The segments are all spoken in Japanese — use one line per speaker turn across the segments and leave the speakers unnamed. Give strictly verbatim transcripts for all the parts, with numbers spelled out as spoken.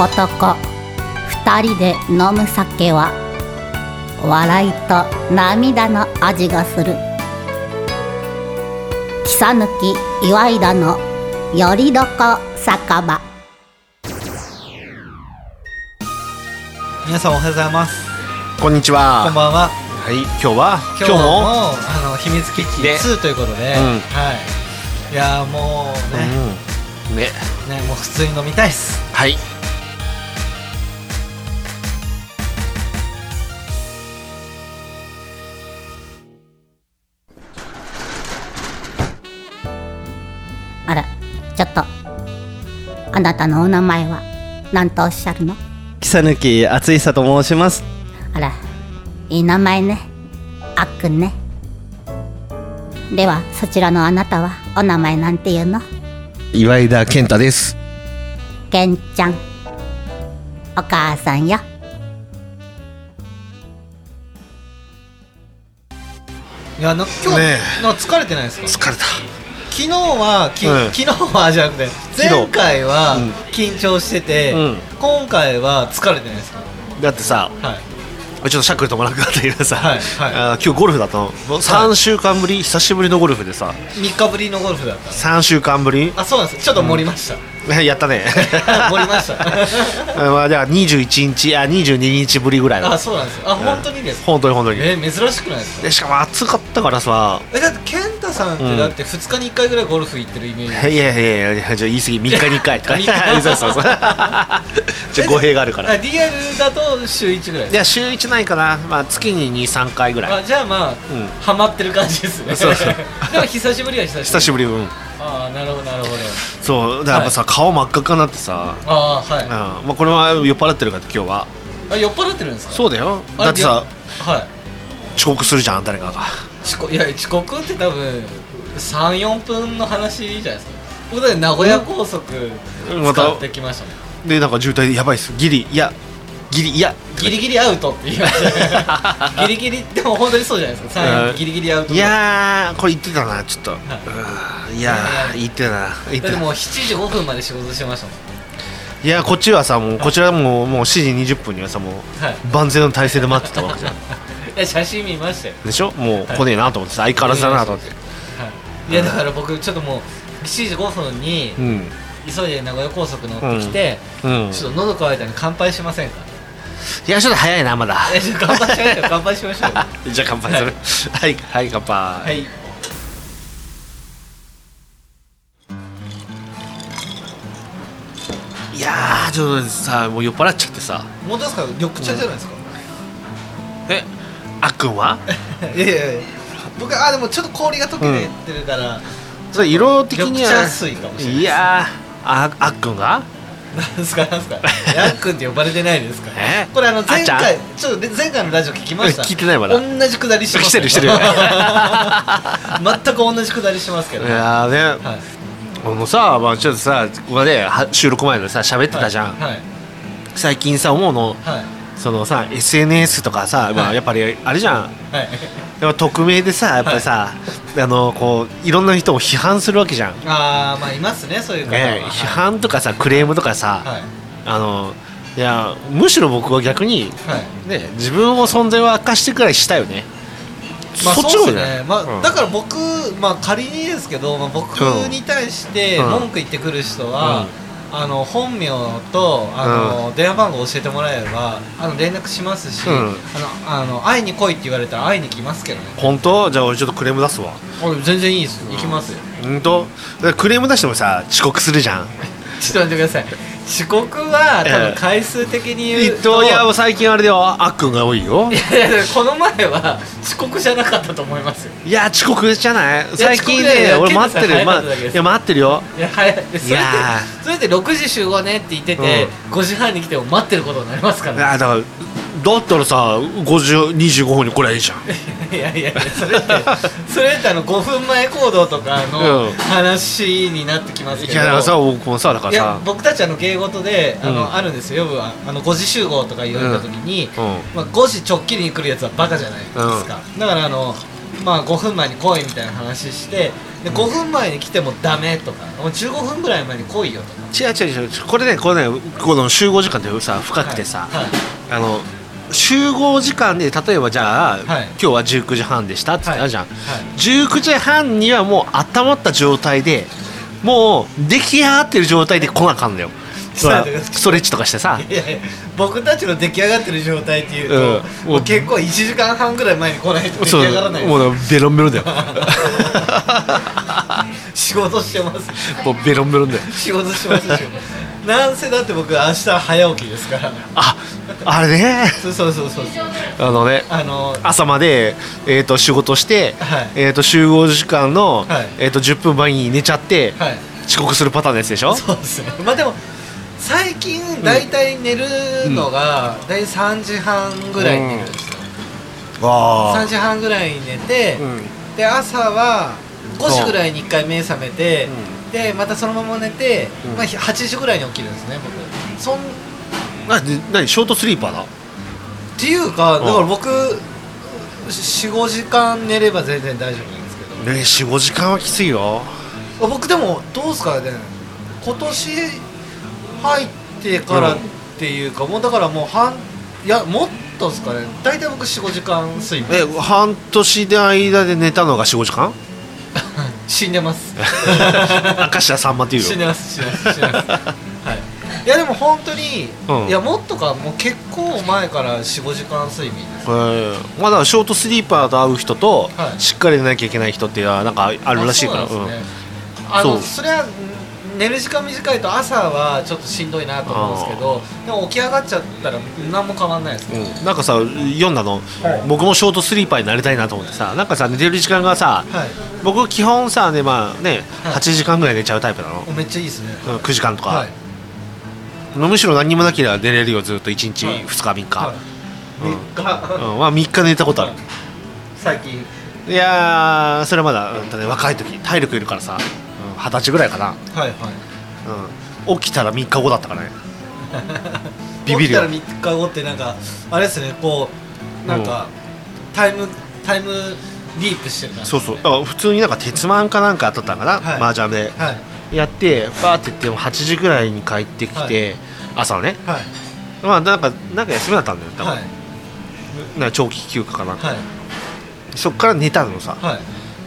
男二人で飲む酒は笑いと涙の味がする。草抜き岩井田のよりどこ酒場。
皆さんおはようございます。
こんにちは。
こんばんは。
はい、今日は
今日もあの秘密基地にということで、うん、はい。いやもうね、
うん、ね
ねもう普通に飲みたいっす。
はい。
あら、ちょっとあなたのお名前は何とおっしゃるの？
草抜き厚久と申します。
あら、いい名前ね。あっくんね。ではそちらのあなたはお名前なんていうの？
岩井田健太です。
健ちゃん、お母さんよ。
いやな今日、ね、なんか疲れてないですか？
疲れた。
昨日はき、うん、昨日はじゃなくて前回は緊張してて、うん、今回は疲れてないですか？
だってさ、はい、ちょっとしゃっくり止まらなかったけどさ、はいはい、あ今日ゴルフだったのさんしゅうかんぶり、久しぶりのゴルフでさ
みっかぶりのゴルフだった
さんしゅうかんぶり。
あ、そうなんです。ちょっと盛りました、
うん、やったね
盛りました
まあじゃあにじゅういちにちあにじゅうににちぶりぐらいの。
あ、そうなんです。あ、本当にですか？
本当に本当に。
えー、珍しくないですか？
でしかも暑かったからさ。
え、だって健太さんってだってふつかにいっかいぐらいゴルフ行ってるイメージ。
いやいやいや、じゃあ言い過ぎ、みっかにいっかいとかそうそうそうじゃあ語弊があるから。
リアルだと週いちぐらい。
いや週いちないかな、まあ、月ににさんかいぐらい。
あ、じゃあまあ、うん、ハマってる感じですね。そうそうでも久しぶりは久しぶり。
久しぶり。うん。
ああ、なるほどなるほど。
そうだからやっぱさ、はい、顔真っ赤っかになってさ。
ああ、はい、うん、
まあ、これは酔っ払ってるから今日は。
あ、酔っ払ってるんですか？
そうだよ。だってさ、はい、遅刻するじゃん誰かが。
遅刻、いや遅刻って多分さん、よんぷんの話じゃないですか。僕だって名古屋高速使ってきましたね、
うん、でなんか渋滞でやばいっす、ギリいやギリいや
ギリギリアウトって言いましたねギリギリでも本当にそうじゃないですか。さん、よんギリギリアウト。
いやーこれ言ってたなちょっと、はい、いやー言ってたな。
言ってた。でもしちじごふんまで仕事してましたもん。
いやこっちはさもうこちらもうもうしちじにじゅっぷんにはさもう、はい、万全の体制で待ってたわけじゃんい
や写真見ましたよ。
でしょ。もう来ねえなと思ってさ、相変わらずだなと思って、はい、
いやだから僕ちょっともうしちじごふんに急いで名古屋高速乗ってきて、うんうん、ちょっと喉乾いたのに乾杯しませんか？
いやちょっと早いなまだ。
えちょっと乾杯しましょう乾杯しましょう
じゃあ乾杯するはい、はい、はい、乾杯。はい。いやーちょっとさもう酔っ払っちゃってさ。
本当ですか？緑茶じゃないですか、
うん、えあっくんは？
いやいやいや僕あでもちょっと氷が溶けてるから、うん、
それ色的には
緑茶水かもしれない。
いやー あ, あっくんが
なんすかなんすかあっくんって呼ばれてないですか？えこれあの前回ちょっと前回のラジオ聞きました？
聞いてないまだ。
同じくだりしてます。
してるしてる
全く同じくだりしてますけど。
いやーね、はい、もうさ、まあ、ちょっとさここで収録前でさ喋ってたじゃん、はいはい、最近さ思うの、はい、そのさ エスエヌエス とかさ、はい、まあ、やっぱりあれじゃん、はい、やっぱ匿名でさやっぱりさ、はい、あのこういろんな人を批判するわけじゃん。
あーまあいますねそういう方は、
ね、批判とかさクレームとかさ、はい、あのいやむしろ僕は逆に、はいね、自分を存在を明かしてくらいしたよね。
まあそうですね、まあうん、だから僕、まあ、仮にですけど、まあ、僕に対して文句言ってくる人は、うん、あの本名とあの、うん、電話番号教えてもらえればあの連絡しますし、うん、あのあの会いに来いって言われたら会いに来ますけどね。
本当？じゃあ俺ちょっとクレーム出すわ。
全然いいです、行きますよ。
本当？クレーム出してもさ遅刻するじゃん
ちょっと待ってください。遅刻は多分回数的に言うと、
えー、いや最近あれではあっくんが多いよ。
いやいやこの前は遅刻じゃなかったと思いますよ。
いや遅刻じゃない最近ね。俺待ってる、ま、いや待ってるよ。いや早い。それって
それってろくじ集合ねって言ってて、うん、ごじはんに来ても待ってることになりますから、ね、
いやだからだったらさごじにじゅうごふんに来りゃいいじゃん
いやいやそれってそれってあのごふんまえ行動とかの話になってきますけど、
いやだからさ僕もさだからさ
いや僕たちあの芸事であの、うん、あるんですよ。よくあのごじ集合とか言われた時に、うんまあ、ごじちょっきりに来るやつはバカじゃないですか、うん、だからあのまあごふんまえに来いみたいな話してでごふんまえに来てもダメとか、もうじゅうごふんぐらい前に来いよとか。
違う違う違う、これねこれねこの集合時間ってさ深くてさ、
はいはい、
あの集合時間で例えばじゃあ、はい、今日はじゅうくじはんでしたって言ったじゃん、はいはい、じゅうくじはんにはもう温まった状態でもう出来上がってる状態で来なあかんのよ。ストレッチとかしてさ、
いやいや僕たちの出来上がってる状態っていうと、うん、もう結構いちじかんはんぐらい前に来ないと出来上がらない。
もうベロンベロンだよ
仕事してます。
もうベロンベロンだよ。
仕事してますしなんせだって僕明日早起きですから。
あ、あれね。
そうそうそうそう。
あのね、あのー、朝まで、えー、と仕事して、はい、えー、と集合時間の、はい、えー、とじゅっぷんまえに寝ちゃって、はい、遅刻するパターンのやつでしょ。
そうですね。まあでも最近だいたい寝るのがだいたいさんじはんぐらいに寝るんですよ、うん、さんじはんぐらいに寝て、うん、で朝はごじぐらいにいっかい目覚めて、うん、でまたそのまま寝て、うん、まあ、はちじぐらいに起きるんですね僕。そん
な何ショートスリーパーだ
っていうか、だから僕 よん,ご 時間寝れば全然大丈夫なんですけど
ね。 よん,ご 時間はきついよ。
僕でもどうですかね、今年入ってからっていうか、うん、もうだからもう半いやもっとですかね、大体僕 よん,ご 時間睡眠。
え半年で間で寝たのが よん,ご 時間
死んでます
明石家さんまっていうよ。
死んでます死んでます死んでますはい。いやでも本当に、うん、いやもっとかもう結構前から よん,ご 時間睡眠です、ね、え
ー、まあだからショートスリーパーと会う人と、はい、しっかり寝なきゃいけない人っていうのはなんかあるらしいから。そうなんですね、うん、あの そ, それは寝る時間短いと朝はちょっとしんどいなと思うんですけど、でも起き上がっちゃったら何も変わんないですね、うん、なんかさ読んだの、はい、僕もショートスリーパーになりたいなと思ってさ、なんかさ寝てる時間がさ、はい、僕基本さね、まあね、はい、はちじかんぐらい寝ちゃうタイプなの。
めっちゃいいですね、
うん、くじかんとか、はい、むしろ何もなければ寝れるよずっといちにち、はい、ふつかみっか、はい、
うん、みっか、
うん、まあみっか寝たことある、
最近。
いやーそれまだ、うん、若い時体力いるからさ、うん、はたちぐらいかな。
はいはい、
うん、起きたらみっかごだったからねビビるよ。
起きたらみっかごってなんかあれですね、こうなんかタイムタイムリープしてる感じ、
そうそう、だから普通になんか鉄マンかなんかやっとったんかな、はい、麻雀で、はい、やってバーって言ってもはちじぐらいに帰ってきて、はい、朝のね、はい、まあなんかなんか休みだったんだよ多分、はい、なんか長期休暇かなんか、はい、そっから寝たのさ、はい、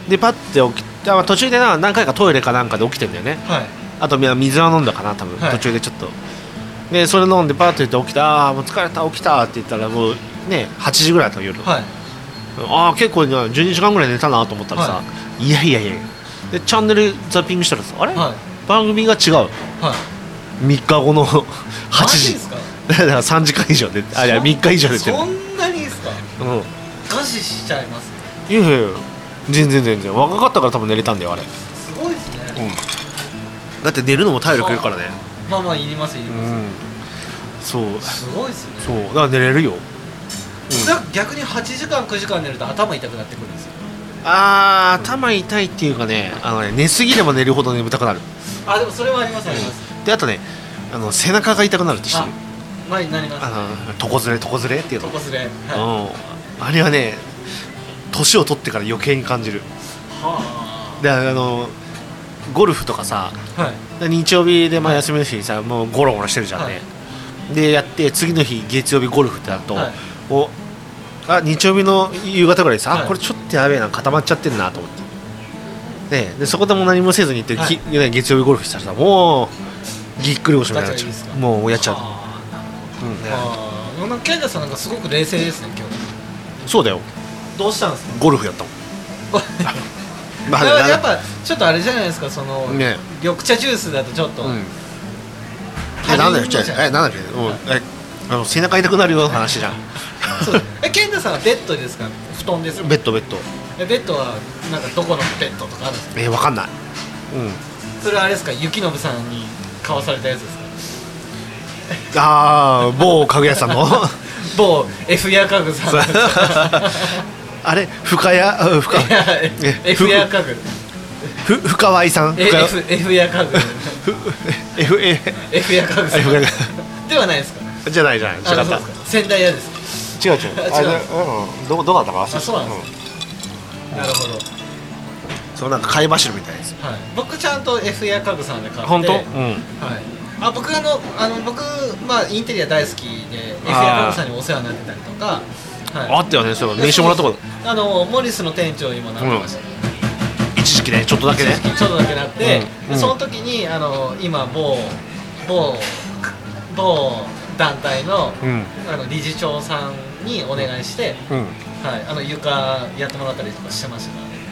でパッて起きて途中でな何回かトイレかなんかで起きてんだよね、はい、あと水は飲んだかな多分、はい、途中でちょっとでそれ飲んでパッと言って起きた、あーもう疲れた起きたって言ったらもうねはちじぐらいだった夜、はい、ああ結構じゅうにじかんぐらい寝たなと思ったらさ、はい、いやいやいやでチャンネルザッピングしたらさあれ、はい、番組が違う、はい、みっかごのはちじ
ですか
だからさんじかん以上であいやみっか以上寝てる。
そんなにですか、うん、餓死しちゃいます。
いやいやいや全然全然若かったから多分寝れたんだよあれ。
すごいですね、
うん、だって寝るのも体力いるからね。
まあまあいりますいります、うん、
そう
すごいですね。
そうだから寝れるよ、うん、
逆にはちじかんくじかん寝ると頭痛くなってくるんですよ。
あー頭痛いっていうかね、あのね寝すぎれば寝るほど眠たくなる。
あでもそれはありますあります、
うん、であとねあの背中が痛くなるって知ってる。
あ前になります、ね、
あの床ずれ床ずれっていうの
床ずれ、はい、
うん、あれはね年を取ってから余計に感じる。はあ。であのゴルフとかさ、はい、日曜日でまあ休みの日にさ、はい、もうゴロゴロしてるじゃんね、はい、でやって次の日月曜日ゴルフってなると、はい、おあ日曜日の夕方ぐらいさ、はい、あこれちょっとやべえな固まっちゃってるなと思って、ね、でそこでも何もせずに行って、はい、ね、月曜日ゴルフしたらさもうぎっくり腰みたいになっちゃう。もうやっちゃう。
うん、なんか健太さんなんかすごく冷静ですね今日。
そうだよ。
どうしたんですか。
ゴルフやったもん
まあ、やっぱちょっとあれじゃないですか、その、ね、緑茶ジュースだとちょっと、うん、
えなんだよえなんだっけ、うん、えあの背中痛くなるような話じゃん
そうえ健太さんはベッドですか布団ですか。
ベッドベッド
えベッドはなんかどこのベッドとかあるんですか。
えわかんない、うん、
それはあれですか雪信さんに買わされたやつです
か。ああ某家具屋さんの
某 F 屋家具さん
あれ深谷深
F 屋家具
ふ深川さん
F, F 屋家具
F,
F 屋家具さんではないですか。
じゃないじゃない違った。
仙台屋です。
違う違うあ違う、うん、どこどこだったか。
あそうなんです、うん、なるほど。
そうなんか貝柱みたいです、
はい、僕ちゃんと F や家具さんで買って
本当、うん、はい、
あ僕あのあの僕、まあ、インテリア大好きで F や家具さんにお世話になってたりとか、はい、
あったよね、そう名刺もらったこと
あのモリスの店長にもなってました、
うん、一時期ねちょっとだけね
ちょっとだけなって、
うんうん、
その時にあの今某某某団体の、うん、あの理事長さんにお願いして、うん、はい、あの床やってもらったりとかしてましたからね。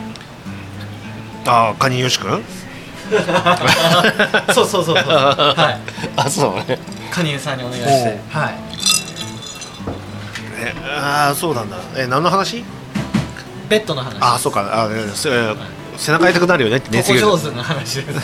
ああ、カニヨシ君
そうそうそうそう、はい、
あ、そうね、
カニエさんにお願いして、はい、
えああ、そうなんだ。え、何の話？
ベッドの話。
ああ、そうか、あ、えーはい、背中痛くなるよねって熱
が上手な話です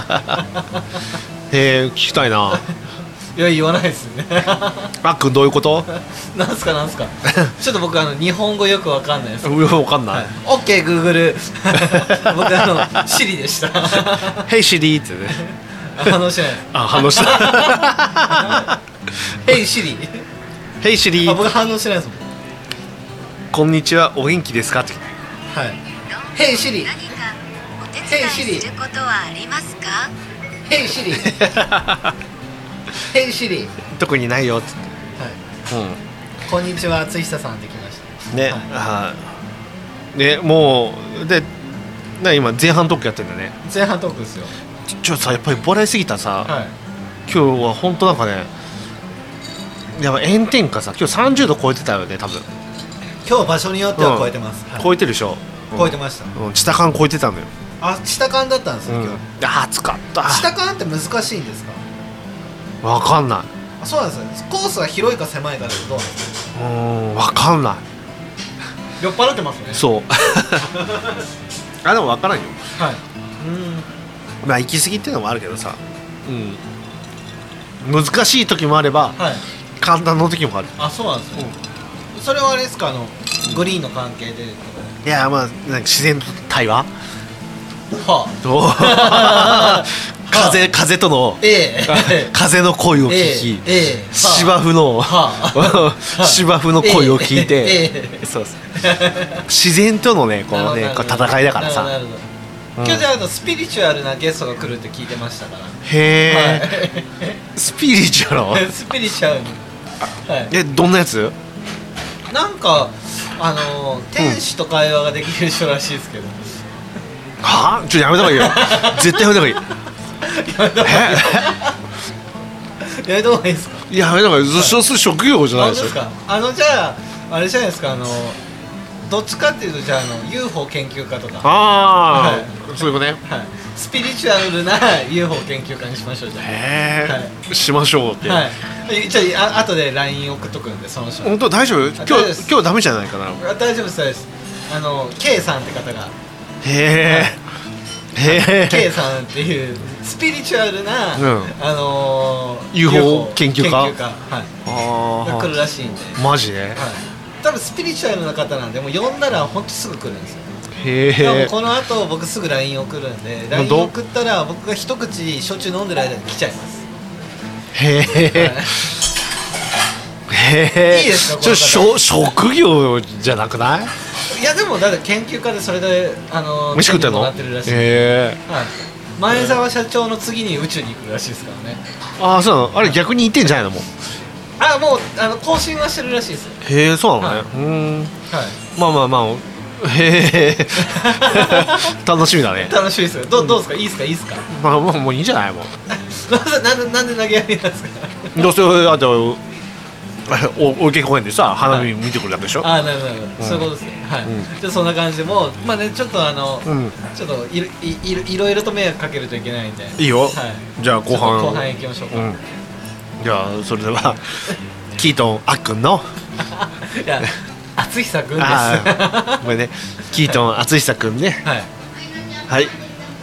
へえ、聞きたいな。
いや、言わないですね
あっくん、どういうこと？
なんすかなんすかちょっと僕あの日本語よくわかんないです。
わかんない、はい、
オッケー、グーグル僕あのシリでした
ヘイシリってね
反応しない。
あ、反応した
ヘイシリ
ヘイシリ、
あ、僕反応してないですもん。
こんにちは、お元気ですかって。
はい。ヘイシリ、
何かお手伝いすることはありますか？
ヘイシリヘイシリ、
特にないよっつって、
はい、うん、こんにちは、つひささんできました
ね、はい、ね、もうでな今前半トークやってるんだね。
前半トークですよ。
ちょっとさ、やっぱりボラいすぎたさ、
はい、
今日は本当なんかね、やっぱ炎天下さ、今日さんじゅうど超えてたよね、多分。
今日場所によっては超えてます、
うん、はい、超えてるでしょ、
うん、超えてました、
うん、チタカン超えてたのよ。
あ、チタカンだったんですよ、うん、今日。
あ、暑かった。
チタカンって難しいんですか？
わかんない。
あ、そうなんですよ。コースが広いか狭いかでどうなんですか？
うーん、わかんない。
酔っ払ってますね。
そうあ、でもわからんよ。
はい。
うん、まあ行き過ぎっていうのもあるけどさ、うん、難しい時もあれば、はい、簡単な時もある。
あ、そうなんですね、うん、それはあれですか、あのグリーンの関係で。
いや、まあなんか自然と対話、
はあ
風, 風との、ええ、風の声を聞き、ええ、芝生の、はあ、芝生の声を聞いて、ええ、そうそう自然とのね、このね、戦いだからさ。
今日じゃあスピリチュアルなゲストが来るって聞いてましたから。
へえ、はい、スピリチュアル
スピリチュアルに、
はい、え、どんなやつ？
なんかあの天使と会話ができる人らしいですけど、うん、
はぁ、ちょっとやめた方がいいよ絶対やめた方がいい
やめた方がいいやめた方がいいですか？
やめた方がいい。そうする職業じゃないです
か。あの、じゃああれじゃないですか、あのどっちかっていうと、じゃあ、あの ユーフォー 研究家とか。
ああ、はい、そういうことね、
はい、スピリチュアルな ユーフォー 研究家にしましょう。じゃあ、
へえ、はい、しましょうって、
はい、じゃあ、あとで ライン 送っとくんで、その人。
本当大丈夫？今日今日ダメじゃないかな。
大丈夫です、大丈夫です。あの K さんって方が、
へえ、へえ、
K さんっていうスピリチュアルな、うん、あのー、
ユーフォー 研究家、
研究家、はい、が来るらしいんで。
マジで？
はい、多分スピリチュアルな方なんで、もう呼んだら本当すぐ来るんですよ。
へえ。
この後僕すぐ ライン 送るんで、 ライン 送ったら僕が一口焼酎飲んでる間に来ちゃいます。
へえ、はい、へえ、いいですか？ちょっと職業じゃなくない？
いや、でもだって研究家でそれであの
飯食ってんの？
なってるらしい。
へえ、
はい、前澤社長の次に宇宙に行くらしいですからね。
ああ、そうなの？あれ逆に行ってんじゃないの？もう
あ、もうあの更新はしてるらしいですよ。
へえ、そうなのね、はい、うーん、はい、まあまあまあ、へえ楽しみだね。
楽しみですよ。どう、どうですか？いいですか？いいですか？
まあ、もういいんじゃない？もう
なんで、なんで投げやりなんですか？
どうせあとお池公園でさ、花見見てくるだけでしょ。
はい、あ、なるほど、うん、そういうことですね。はい、うん、じゃあそんな感じで、もうまあね、ちょっとあの、うん、ちょっといろいろいろいろと迷惑かけるといけないんで。
いいよ、はい、じゃあ後半
後半行きましょうか、うん、
じゃあそれではキートンあっくんの
いや、厚久くんです。
ごめんね、キートン厚久くんね。はいはい、はい、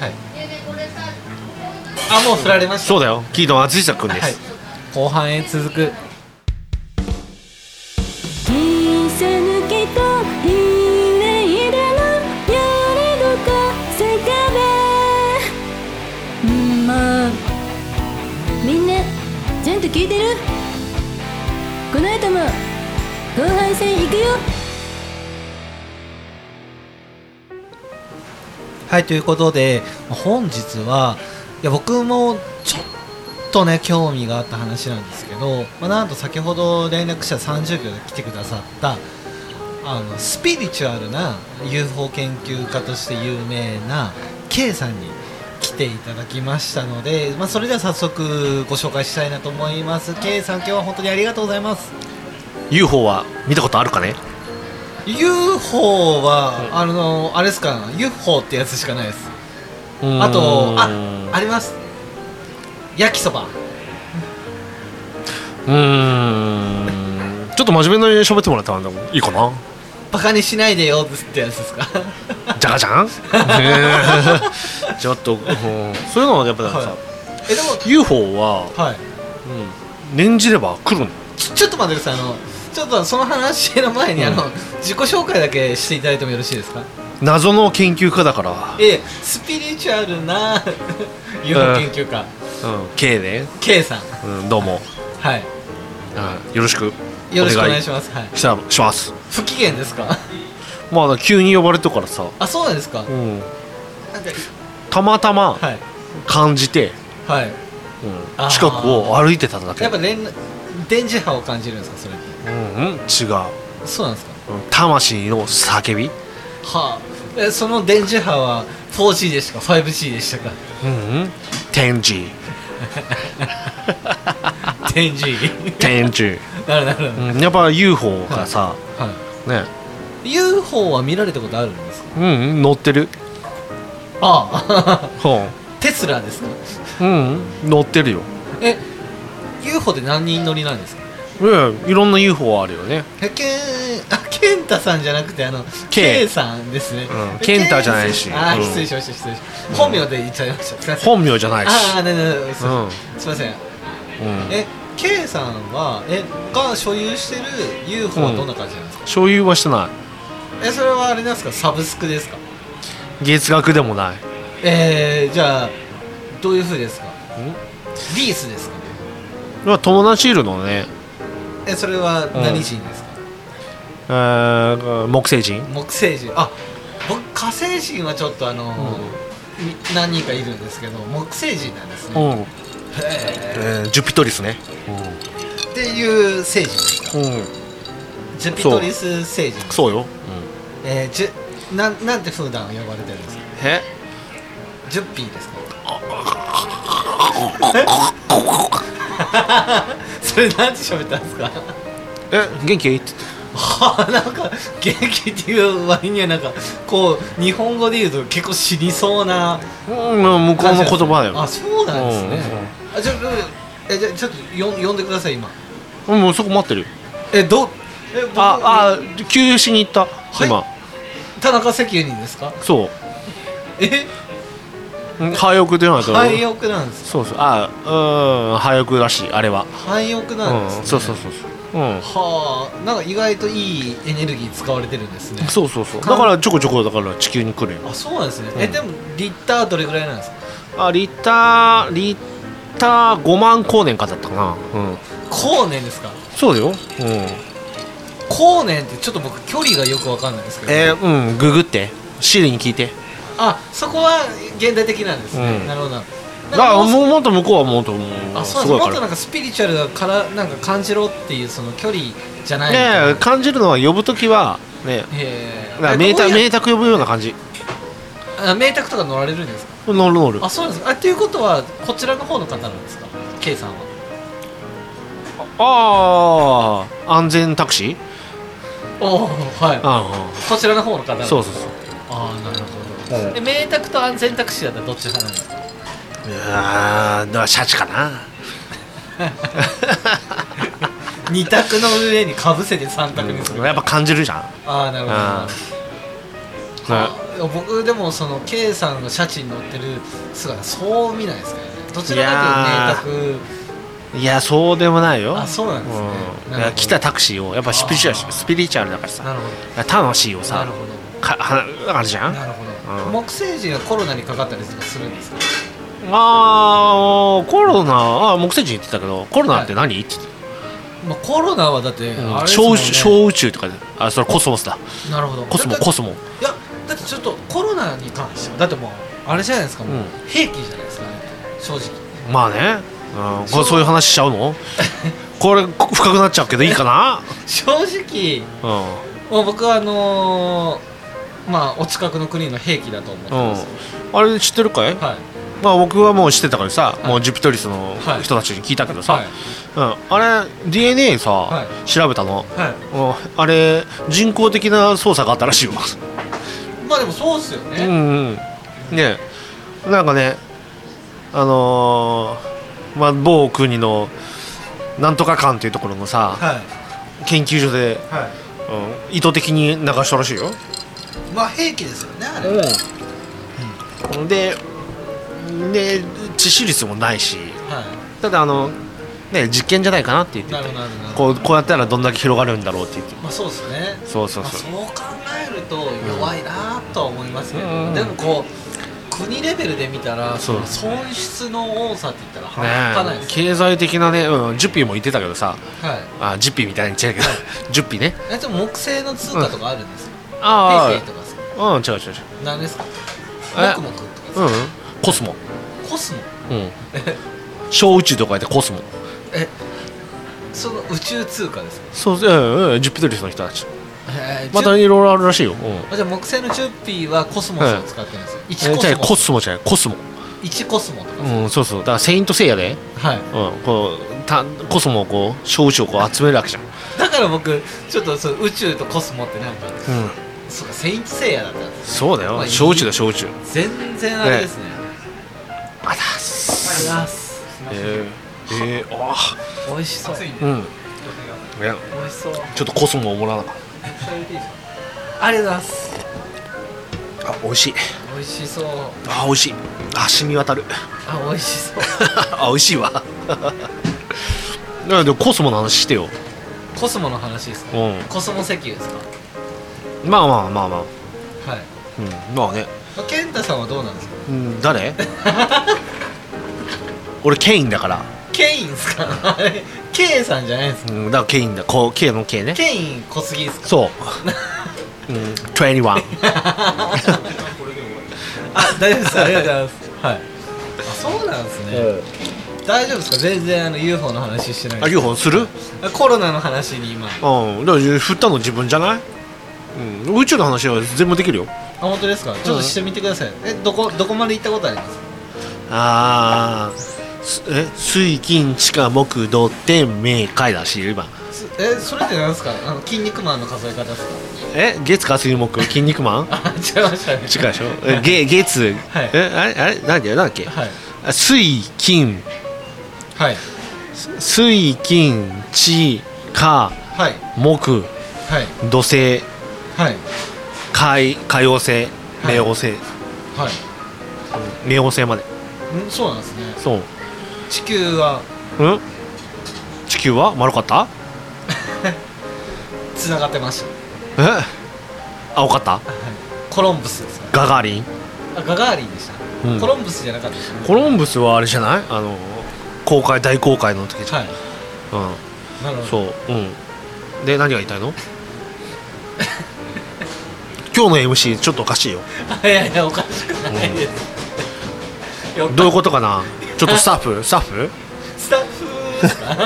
あ、もう振られました。
そうだよ、キートン厚久くんです、はい、
後半へ続く。
みんなちゃんと聞いてる？この後も後半戦行くよ。
はい、ということで本日はいや僕もちょっとね興味があった話なんですけど、まあ、なんと先ほど連絡者さんじゅうびょうで来てくださったあのスピリチュアルな ユーフォー 研究家として有名な K さんに来ていただきましたので、まあ、それでは早速ご紹介したいなと思います。 K さん、今日は本当にありがとうございます。
ユーフォー は見たことあるかね？
ユーフォー は、うん、あのあれですか ユーフォー ってやつしかないです。あとああります、焼きそば。
うーんちょっと真面目に喋ってもらったらいいかな。
バカにしないでよってやつですか？
じゃがじゃんちょっと、うん、そういうのはやっぱりさ、はい、えでも ユーフォー は、はいうん、念じれば来るの。
ち, ちょっと待ってください。あのちょっとその話の前に、うん、あの自己紹介だけしていただいてもよろしいですか？
謎の研究家だから。
えスピリチュアルなユーフォー 研究家、
うんうん、K ね
K さん、
うん、どうも
はい、
うん、よろしく
よろしくお願いします。はい、
しします。
不機嫌ですか？
まあ急に呼ばれてからさ。
あ、そうなんですか。うん、
なんかたまたま感じて、はい、うん、近くを歩いてただけ。
やっぱ電電磁波を感じるんですかそれって？
うん、うん、違う。
そうなんですか。
うん、魂の叫び。
はあ、えその電磁波は フォージー でしたか ファイブジー でしたか？
うん、うん、テンジー。
テンジー。
テンジー。
なるなる、
うん、やっぱ ユーフォー がさ、はいはい、ね
ユーフォー は見られたことあるんですか？
うん、うん、乗ってる。
ああテスラですか？
うん、乗ってるよ。
え ユーフォー って何人乗りなんですか？
いろんな ユーフォー あるよね。
けんあケンタさんじゃなくてあの K, K さんですね、
うん、ケンタじゃないし。
あ、うん、失礼しました失礼しました、うん、本名で言っちゃいました。
本名じゃないし。
ああねねねすいません、うん、え K さんはえが所有してる ユーフォー はどんな感じなんですか？
うん、所有はしてない。
えそれはあれなんですかサブスクですか？
月額でもない。
えー、じゃあどういう風ですか？リースですか？
まあ友達いるのね。
えそれは何人ですか？
うん、えー、木星人。
木星人。あ、僕火星人はちょっとあの、うん、何人かいるんですけど木星人なんですね。うん、へ
えー、ジュピトリスね、
うん、っていう星人ですか？うん、ジュピトリス星人。
そうよ。うん、
えー、じゅななんて普段呼ばれてるんですか？
え
ジュッピーですか？それなんて喋ったんですか？
え元気って言って。
はあ、なんか元気っていう割にはなんかこう日本語で言うと結構死にそうな、
うん、向こうの言葉だよ。
あ、そうなんですね。うん、あじゃあえじゃあちょっとよ呼んでください今。
うん、もうそこ待ってる。
えどえ
ああ給油しに行った、はい、今。
田中石油にですか？
そう。
え
廃屋ではないと。
廃屋なんですか？
そうそう。あうん廃屋らしいあれは。
廃屋なんですね。
うん、そうそうそうそう。うん、
はあ、なんか意外といいエネルギー使われてるんですね。
そうそうそう。だからちょこちょこだから地球に来るよ。
あ、そうなんですね。うん、えでもリッターどれぐらいなんですか？
あリッターリッターごまん光年かだったかな。うん。
光年ですか？
そうだよ。うん。
光年ってちょっと僕距離がよくわかんないですけど。
えー、うんググってシリに聞いて。
あ、そこは現代的なんですね。うん、なるほど。
あもうもっと向こうはもっともう
あそうですもっとなんかスピリチュアルだからなんか感じろっていうその距離じゃない
ね。感じるのは呼ぶときはね名卓名卓呼ぶような感じ。
あ名卓とか乗られるんですか？
乗る乗る。
あそうなんですか。あっていうことはこちらの方の方なんですか K さんは。
ああ安全タクシー。
おおはいあこちらの方の方なんですか？
そうそうそう。
ああなるほど。で名卓と安全タクシーだったらどっち派なんですか？
いやーシャチかな。
に択の上にかぶせてさん択にする、
うん、やっぱ感じるじゃん。
ああなるほど。僕でもその K さんがシャチに乗ってる姿そう見ないですからね。どちらかというと名択。
いやそうでもないよ。
あそうなんですね。
うん、いや来たタクシーをやっぱスピリチュアルスピリチュアルだからさ。なるほど。魂をさなるほどかあるじゃん。なるほ
ど。うん、木星人はコロナにかかったりとかするんですか？
あーコロナあ木星人言ってたけどコロナって何、はい、って言って
た、まあ、コロナはだって、うん、
あれですもんね、小, 小宇宙とかであそれコスモスだ。
なるほど。
コスモコスモ。いや
だってちょっとコロナに関してはだってもうあれじゃないですか、もう、うん、兵器じゃないですかね正直。まあね、
うん、これそういう話しちゃうのこれ深くなっちゃうけどいいかな
正直、うん、もう僕はあのー、まあお近くの国の兵器だと思ってます、
うん、あれ知ってるかい？はい、まあ、僕はもう知ってたからさ、はい、もうジュピトリスの人たちに聞いたけどさ、はいうん、あれ ディーエヌエー さ、はい、調べたの、はい、あれ人工的な操作があったらしいわ。
まあでもそうっすよね。
うんうんねなんかねあのー、まあ某国のなんとか館っていうところのさ、はい、研究所で、はいうん、意図的に流したらしいよ。
まあ兵器ですよねあれ、
うん、でで致死率もないし、はい、ただあのね実験じゃないかなって言っててこう、こうやったらどんだけ広がるんだろうって言って、
まあそうですね。
そうそうそう、
まあ、そう考えると弱いなとは思いますけど、うん、でもこう国レベルで見たらその損失の多さって言ったら半端ないです、
ね、経済的なね、うん、ジュッピーも言ってたけどさ、はい、あジュッピーみたいに言っちゃうけど、はい、ジュッピーね
えでも木製の通貨とかあるんですよ、
うん、ああ
ペイペイとかですか。
うん違う違う違う
何ですか。モクモクとかですか。
うんコスモ
コスモ
うん小宇宙とか言ってコスモ
えその宇宙通貨ですか。
そう、ええ、ジュピトリスの人たちまたいろいろあるらしいよ、うん、
じゃあ木製のジュッピーはコスモスを使ってるんですよ、いちコスモ、
えー、コスモじゃないコスモ
いちコスモとか、
うん、そうそうだからセイントセイヤで、はいうん、こうたコスモをこう小宇宙をこう集めるわけじゃん。
だから僕ちょっとそう宇宙とコスモってなんか、うん、そうかセイントセイヤだったんです、
ね、そうだよ、まあ、小宇宙だ小宇宙
全然あれですね。
あらすあらすえー、えー、あ
美味しそう。
うん美味しそう。ちょっとコスモをもらわなかった
ありがとうございます。
あ美味しい
美味しそう。
あ美味しいあ染み渡る
あ美味しそう
あ美味しいわでもコスモの話してよ。
コスモの話ですか、うん、コスモ石油ですか。
まあまあまあまあはい、うん、まあね
健太さんはどうなんですか、
うん、誰俺ケインだから。
ケインですかK さんじゃないですか、
うん、だからケインだこう K の K ね。
ケイン小杉ですか。
そううん、にじゅういちあ
大丈夫ですありがとうございますはいあそうなんですね、うん、大丈夫ですか全然あの ユーフォー の話してない。
あ ユーフォー する
コロナの話に今
うんだから振ったの自分じゃない、うん、宇宙の話は全部できるよ。
あ本当ですか。ちょっとしてみてください、うん、えどこどこまで行ったことあります。
ああえ水金地下木土天明海だし今
えそれって何ですか。あの筋肉マンの数え方ですか。
え月火水木筋肉マン
あ違いましたね。
違うでしょえ月月、はい、えあれあれ何だっけ何だっけ、はい、水金
はい
水金地下、はい、木、はい、土星、はい、海海王星冥王星、はい、冥王星まで
んそうなんですね。
そう
地球は
ん地球は丸かった
繋がってました。
え青かった、はい、
コロンブスですか。
ガガーリン
あガガーリンでした、うん、コロンブスじゃなかったです、ね、
コロンブスはあれじゃないあの公開大公開の時じゃん、はいうん、なるほどそううんで何が言いたいの今日の エムシー ちょっとおかしいよ
いやいやおかしくないです、
うん、どういうことかなちょっとスタッフスタッフ
スタッフですか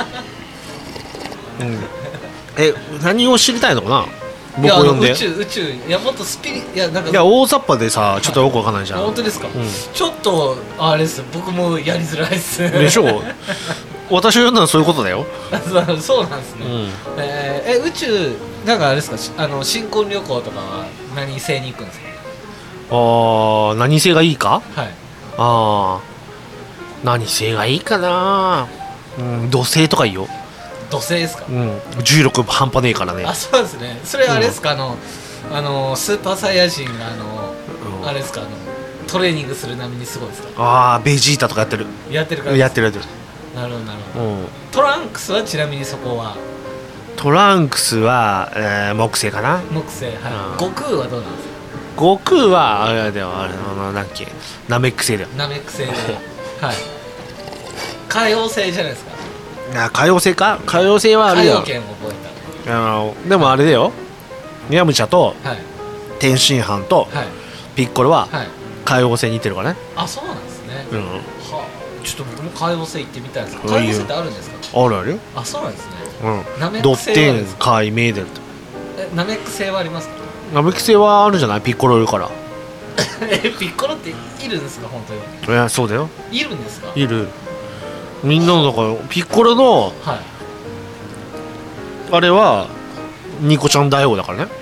うんえ何を知りたいのかな僕を呼んで。
宇宙宇宙いやもっとスピリいやなんか
いや大雑把でさちょっとよくわかんないじゃん、
はい、本当ですか、うん、ちょっとあれです僕もやりづらいっす
でしょ私を呼んだのはそういうことだよ
そうなんですね、うんえー、え宇宙なんかあれですかあの新婚旅行とかは何星に行くんですか。
あー何星がいいか。
はい
あー何星がいいかな、うん、土星とかいいよ。
土星ですか、
うん、じゅうろく半端ねえからね。
あそうですねそれあれですか、うん、あのあのスーパーサイヤ人があの、うん、あれですかあのトレーニングする並みにすごいですか。
ああベジータとかやってる
やってるから
やってるやってる。
なるほどなるほど、うん、トランクスはちなみにそこは
トランクスは、えー、木星かな。
木星はい、うん、悟空はどうなんですか。
悟空はあれだよあれのなんだっけナメック星だよ。
ナメック星ではい海王星じゃないですか。
あ海王星か海王星はあるよ。
海王圏を覚えた。
あのでもあれだよヤムチャと、はい、 天津飯とピッコロは海王星に似てるからね。
あ、そうなんですね。
うん。
はあ、ちょっと僕も海王星行ってみたいです。海王星ってあるんですか？
あるあるよ。
あ、そうなんですね。
うん。
ナメッ
ドッ
ク星は
テン海メーデルと。
え、ナメック星はありますか？
ナメック星はあるんじゃない？ピッコロいるから。
え、ピッコロっているんですか本当に？
いや、そうだよ。
いるんですか？
いる。みんなのだからピッコロの、
はい、
あれはニコちゃん大王だからね。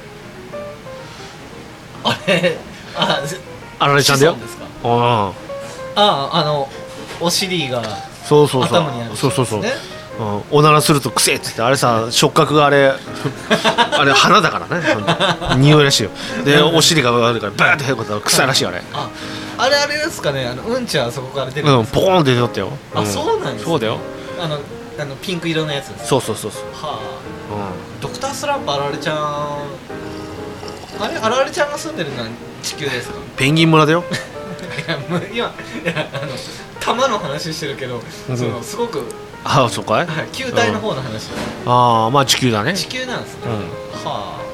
あれ、あ、
あられちゃんだよ。
ああ、あのお尻が
そうそうそう
頭にある、ね、
そうそうそう、うん、おならするとくせえっつって、あれさ触覚があれあれ鼻だからね匂いらしいよ。でお尻があるからバーって減ることは臭いらしいよあれ。
ああれあれですかね、あのうんちはそこから出る
んですか？うん、ポーンって出とったよ。
あ、そうなんですね。
そうだよ。
あのあのピンク色のやつです。
そうそうそうそう。
はあ、うん、ドクタースランプあられちゃん、あれあられちゃんが住んでるのは地球ですか？
ペンギン村だよ。
いや今いやあの玉の話してるけど、うん、そのすごく
ああそうかい、
はい、球体の方の話、
うん、ああまあ地球だね。
地球なんですね、うん、はあ。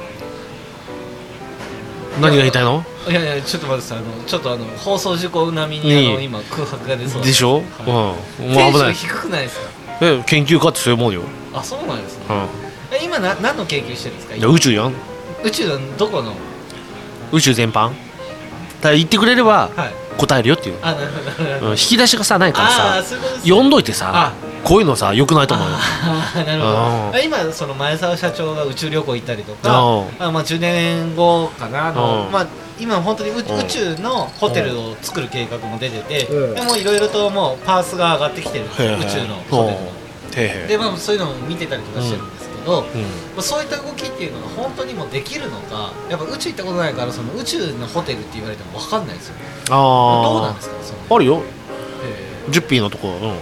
何が言いたいの？
いやいやちょっと待ってさ、あのちょっとあの放送事故並みにあの今空白が出そう
でしょ、はい、うん、もう危ない。
低くないですか？
え、研究家ってそういうもんよ。
あ、そうなんですね、
うん、
え今な何の研究してるんですか？
いや宇宙やん。
宇宙のどこの？
宇宙全般だ言ってくれれば答えるよっていう、
はい、あ、なるほどなるほど、
うん、引き出しがさないからさ、
あ、そういうことですね、
読んどいてさ、こういうのさ良くないと思うよ。
あ、なるほど。今その前澤社長が宇宙旅行行ったりとか、あ、まあじゅうねんごかな、あの、まあ今本当に宇宙のホテルを作る計画も出てて、でもいろいろともうパースが上がってきてるんですよ、宇宙のホテルの。で、まあそういうのを見てたりとかしてるんですけど、うん、そういった動きっていうのが本当にもうできるのか、やっぱ宇宙行ったことないからその宇宙のホテルって言われても分かんないですよね。ああ、どうなんですか？その
あるよ。ジュッピーのところ、うん、はい。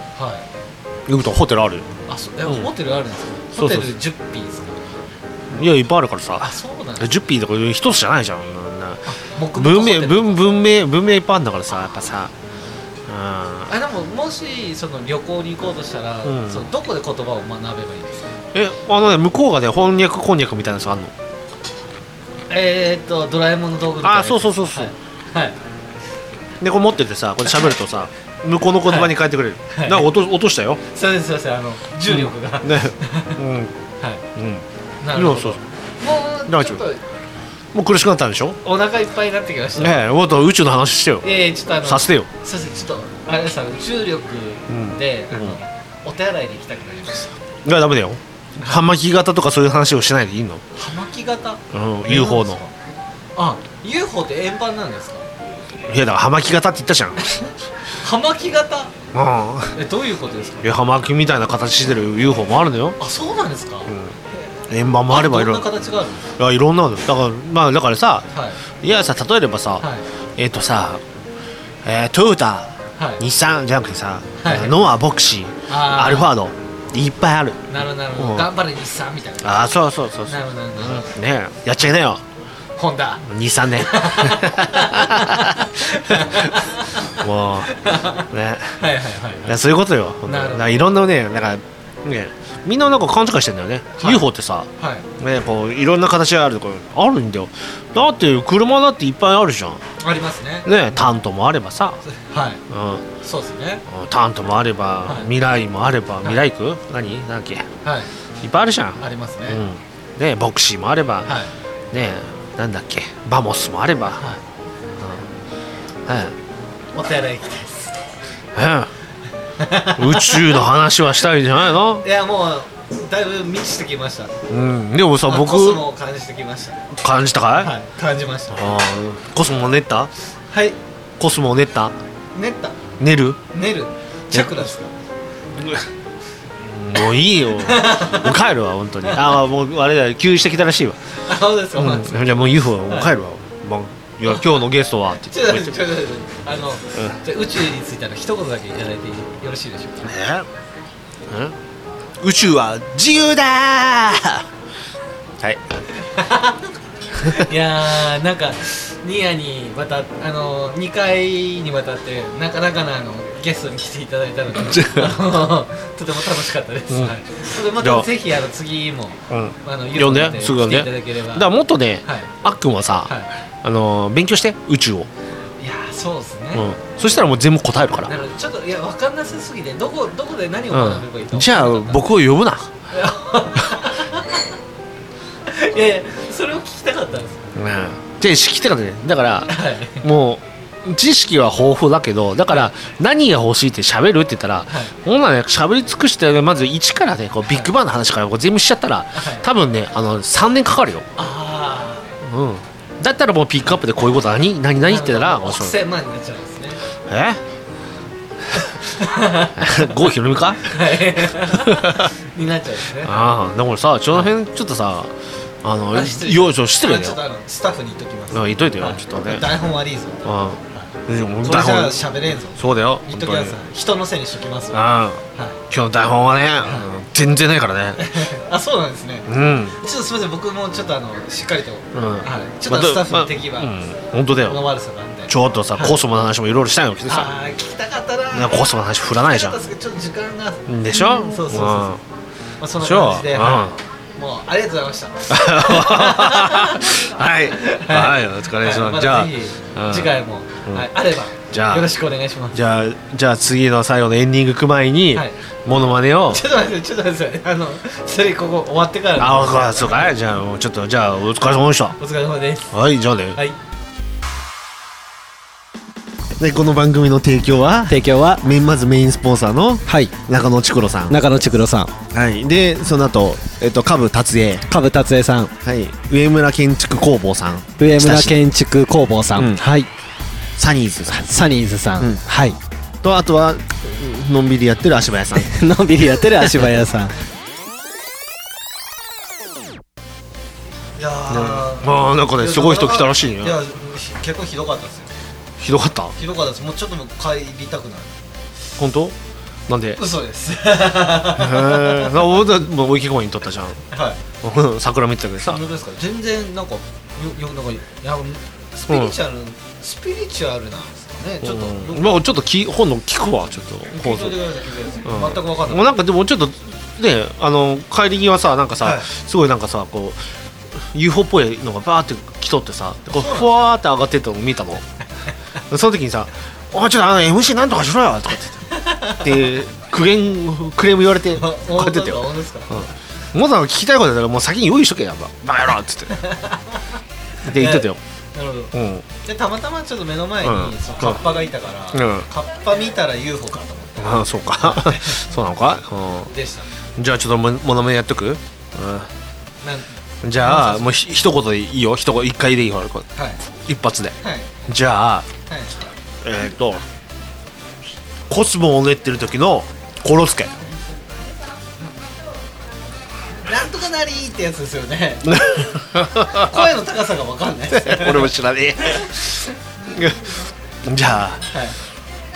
行くとホテルある。
あ、そう、うん、ホテルあるんですか？ホテルジュッピーですか？
いやいっぱいあるからさ。
あ、そうなんですか？
ジュッピーとか一つじゃないじゃん。文明文文明文明いっぱいあるんだからさ、やっぱさ。
あ、でももしその旅行に行こうとしたら、うん、そのどこで言葉を学べばいいんですか？
え、あのね、向こうがね翻訳こんにゃくみたいなやつあるの。
えー、っとドラえもんの道具みたいなやつ。
あ、そうそうそうそう、
はい、はい、
でこれ持っててさ、これ喋るとさ向こうの言葉に変えてくれる、はい、なんか落と落としたよ。
そうですそうです、あの重力が、うん、ね、うん、はい、うん、なるほど。そうそう、もうちょっと
もう苦しくなったんでしょ？
お腹いっぱいになってきました
ね。え、もっと宇宙の話してよ。
ええ、ちょっとあの
させてよ。
そうです、ちょっとあれさ、重力で、うん、あのお手洗いで行きたくなりました。
いやダメだよ。葉巻型とかそういう話をしないでいいの？
葉巻型？
うん、ユーフォー の。
あ、ユーフォー って円盤なんですか？
いやだから葉巻型って言ったじゃん。
葉巻型？
ああ。
え、どういうことですか？
いや、葉巻みたいな形してる ユーフォー もあるのよ。
あ、そうなんですか？うん、
円盤もあればいろんな
形があるんですか？
いや、いろんなのだからまあだからさ、はい、いやさ、例えればさ、はい、えっ、ー、とさ、えー、トヨタ、はい、日産じゃなくてさ、はい、ノア、ボクシー、アルファードいっぱいある。
なるほどなるほど、うん、頑張れ日産みたいな。
ああ、そうそうそうそう。
なるほどなるほど、
うん、ねえ、やっちゃいなよ。
ホンダ
日産ね。もうね、はいはいはい、はい、そういうことよ。なるほど。いろんなね、なんかね、みんななんか勘違いしてんだよね、はい、ユーフォー ってさ、はい、ね、こういろんな形があるところあるんだよ。だって車だっていっぱいあるじゃん。
ありますね。
ね、タントもあればさ、
はい、うん、そうですね。
タントもあれば、はい、未来もあれば、未来区、はい、何なんだっけ、はい、いっぱいあるじゃん。
ありますね。
うん、ね、ボクシーもあれば、はい、ね、なんだっけ、バモスもあれば、はい、
うん、はい、お手洗い行きたいです。
宇宙の話はしたいんじゃないの？
いや、もうだいぶ満ちてきました。
うん、でもさ、僕
コスモを感じてきました。
感じたかい？
はい、感じました。
あ、コスモを練った？
はい。
コスモを練った？
練った。
練る？
練る。チャクラですか？
もういいよ。もう帰るわ本当に。ああ、もうあれだよ、給油してきたらしいわ。
あ、そうですか。
うん、じゃあもう ユーフォー もう帰るわ。もういや、今日のゲストはって
言って。ちょっとちょっとあの、うん、じゃあ宇宙についての一言だけいただいてよろしいでしょうか。
ね、宇宙は自由だー。はい。
いやー、なんかニアにわたあのにかいにわたってなかなかなあのゲストに来ていただいたのでとても楽しかったです、うんはい、それまたぜひあの次も、うん、あの
呼んですぐ呼んで
来ていただければ。
だからもっとね、はい、あっくんはさ、はい、あの勉強して宇宙を。
いやそうですね、
うん、そしたらもう全部答えるから。
だからちょっといや分かんなさすぎてどこどこで何を学べばいいと、
うん、じゃあ僕を呼ぶな。
いやいやそれを聞きたかったんです。
うん。じゃあ聞きたかったね。だから、はい、もう知識は豊富だけど、だから何が欲しいって喋るって言ったら、はい、ほんならね喋り尽くして、まず一からねこうビッグバンの話からこう全部しちゃったら、はい、多分ねあのさんねんかかるよ。ああ。うん。だったらもうピックアップでこういうこと何何何って言ったら
ろくせんまんになっちゃうんですね。
え？郷ひろみか？
になっちゃうんですね。
ああ、でもさ、ちょの辺ちょっとさ、あの、よいしょ失礼だよ。
ちょっとあのスタッフに言っときます。
あ、言っといてよ、ちょっとね。
台本悪いぞ。ああ。それじゃあ喋れんぞ。
そうだよ。
言っときます。人のせいにしときます。
ああ。今日の台本はね、全然ないからね。
あ、そうなんですね。うん。ちょっとすみません、僕もちょっとあのしっかりと、はい。ちょっとスタッフの敵は
本当だよ。
の悪さがあって。
ちょっとさ、コスモの話もいろいろしたいのけどさ。
ああ、聞きたかったな。
コスモの話振らないじゃん。
ちょっと時間が。
でしょ？
そうそうそう。まあそんな感じで。もうありがとうございました。
はい、はい、お疲れ様。じゃ
あ次回もあればよろしくお願いします。
じゃあじゃあ次の最後のエンディング行く前にモノマネを。
ちょっと待ってちょっと待ってあのそれここ終わってから。
あ、そうか。じゃあちょっとじゃあお疲れ様でした。
お疲れ様です。
はい、じゃあね。
はい。
でこの番組の提供は
提供は
まずメインスポンサーの
はい
中野ちくろさん
中野ちくろさん
はいでその後えっと下部達也
下部達也さん
はい上村建築工房さん
上村建築工房さん、うん、はい
サニーズさん
サニーズさん、うん、はい
とあとはのんびりやってる足早さん
のんびりやってる足早さん
いやー
まあなんかねすごい人来たらしいね。
いや結構ひどかったですよ。
ひどかった。
ひどかったです。もうちょっと帰りたくなる。
本当？なんで？
嘘です。へ
え。俺も大池公園に撮ったじゃん。はい。桜見てたけどさ。
本当ですか。全然なんかよよなんかいやスピリチュアル、うん、スピリチュアルなんですかね。ちょっと、うん、
まあちょっとき本の聞くわちょっと。
聞いてください聞いてください。全く分かんない。
もうなんかでもちょっとねあの帰り際さなんかさ、はい、すごいなんかさこう ユーフォー っぽいのがバーって来とってさこうふわーって上がってったのを見たの。その時にさ「おいちょっとあの エムシー なんとかしろよ」とかってでクレームクレーム言われてこうやってたよ。もうなんか聞きたいことだったらもう先に用意しとけやんばバカ野郎っつってで言ってたよ。
なるほど、うん、でたまたまちょっと目の前に、うん、そのカッパがいたから、うん、カッパ見たら ユーフォー かと思って。
ああそうかそうなのか、うん、
でした、ね、
じゃあちょっともものまねやっとく、うん、なんじゃあもうひ一言でいいよ一言一回でいいよ、はい、一発で、はい、じゃあ、はい、えっ、ー、とコスモを練ってる時のコロスケ
なんとかなりーってやつですよね声の高さが分かんないですよ
俺も知らねえじゃあ、はい、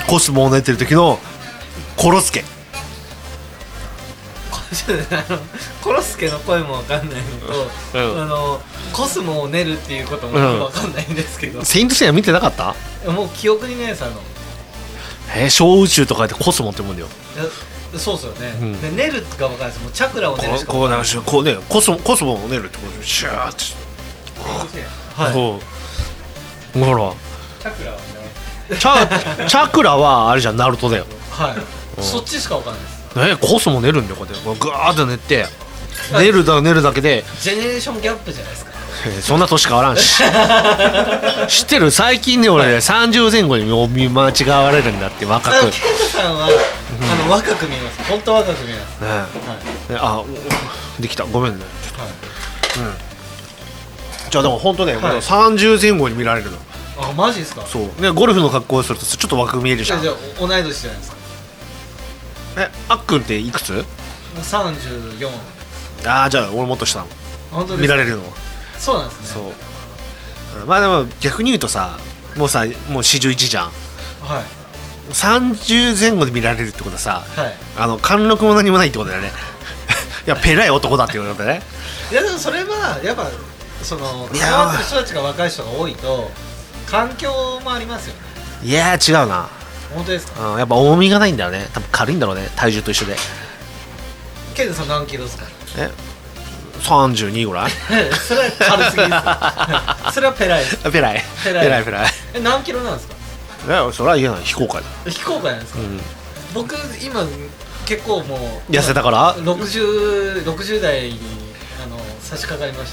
コスモを練ってる時のコロスケ
コロスケの声も分かんないのと、うん、あのコスモを練るっていうことも分かんないんですけど、うん、
セイントセイヤ見てなかった？
もう記憶にないです。あの
えー、小宇宙とかでコスモって思うんだよ。
そうですよね、うん、で練るか分かんないです。もうチャクラを練るしか
こうなんかこうねコスモコスモを練るってことでシューッてはいそうほら
チャクラはね
チャチャクラはあれじゃんナルトだよ。
はい、うん、そっちしか分かんないです。
えコスモ練るんだよこうやってグワーッと練って練るだ練るだけで
ジェネレーションギャップじゃないですか。
そんな年変わらんし知ってる最近ね俺ねさんじゅうぜん後に見間違われるんだって若く。
ケンタさんは、うん、あの若く見えます。本当若く見えます、ねはい、
ねあできたごめんね、はいうん、じゃあでも本当ね、はい、さんじゅうぜん後に見られるの。
あマジですか。
そうねゴルフの格好をするとちょっと若く見えるじゃん。
じゃあ同い年じゃないですか。
えあっくんっていくつ？
さんじゅうよん。
ああじゃあ俺もっと下の
本当ですか。
見られるの。
そうなんですね。
そうまあでも逆に言うとさもうさもうよんじゅういちじゃん。はいさんじゅうぜん後で見られるってことはさ、はい、あの貫禄も何もないってことだよねいやペライ男だっていうことだね
いやでもそれはやっぱその関わってる人たちが若い人が多いと環境もありますよね。
いや違うな
本当ですか？
うん、やっぱ重みがないんだよね。多分軽いんだろうね、体重と一緒で。
ケンジさん何キロですか？
えさんじゅうにぐらい
それは軽すぎですそれはペライです。
ペライペ
ペライ
ライペライ
え何キロなんですか？
えそれは言えない、非公開だ。
非公開なんですか？
うん、
僕今結構もう
痩せたから
ろくじゅう、ろくじゅう代にあの差し掛かりました。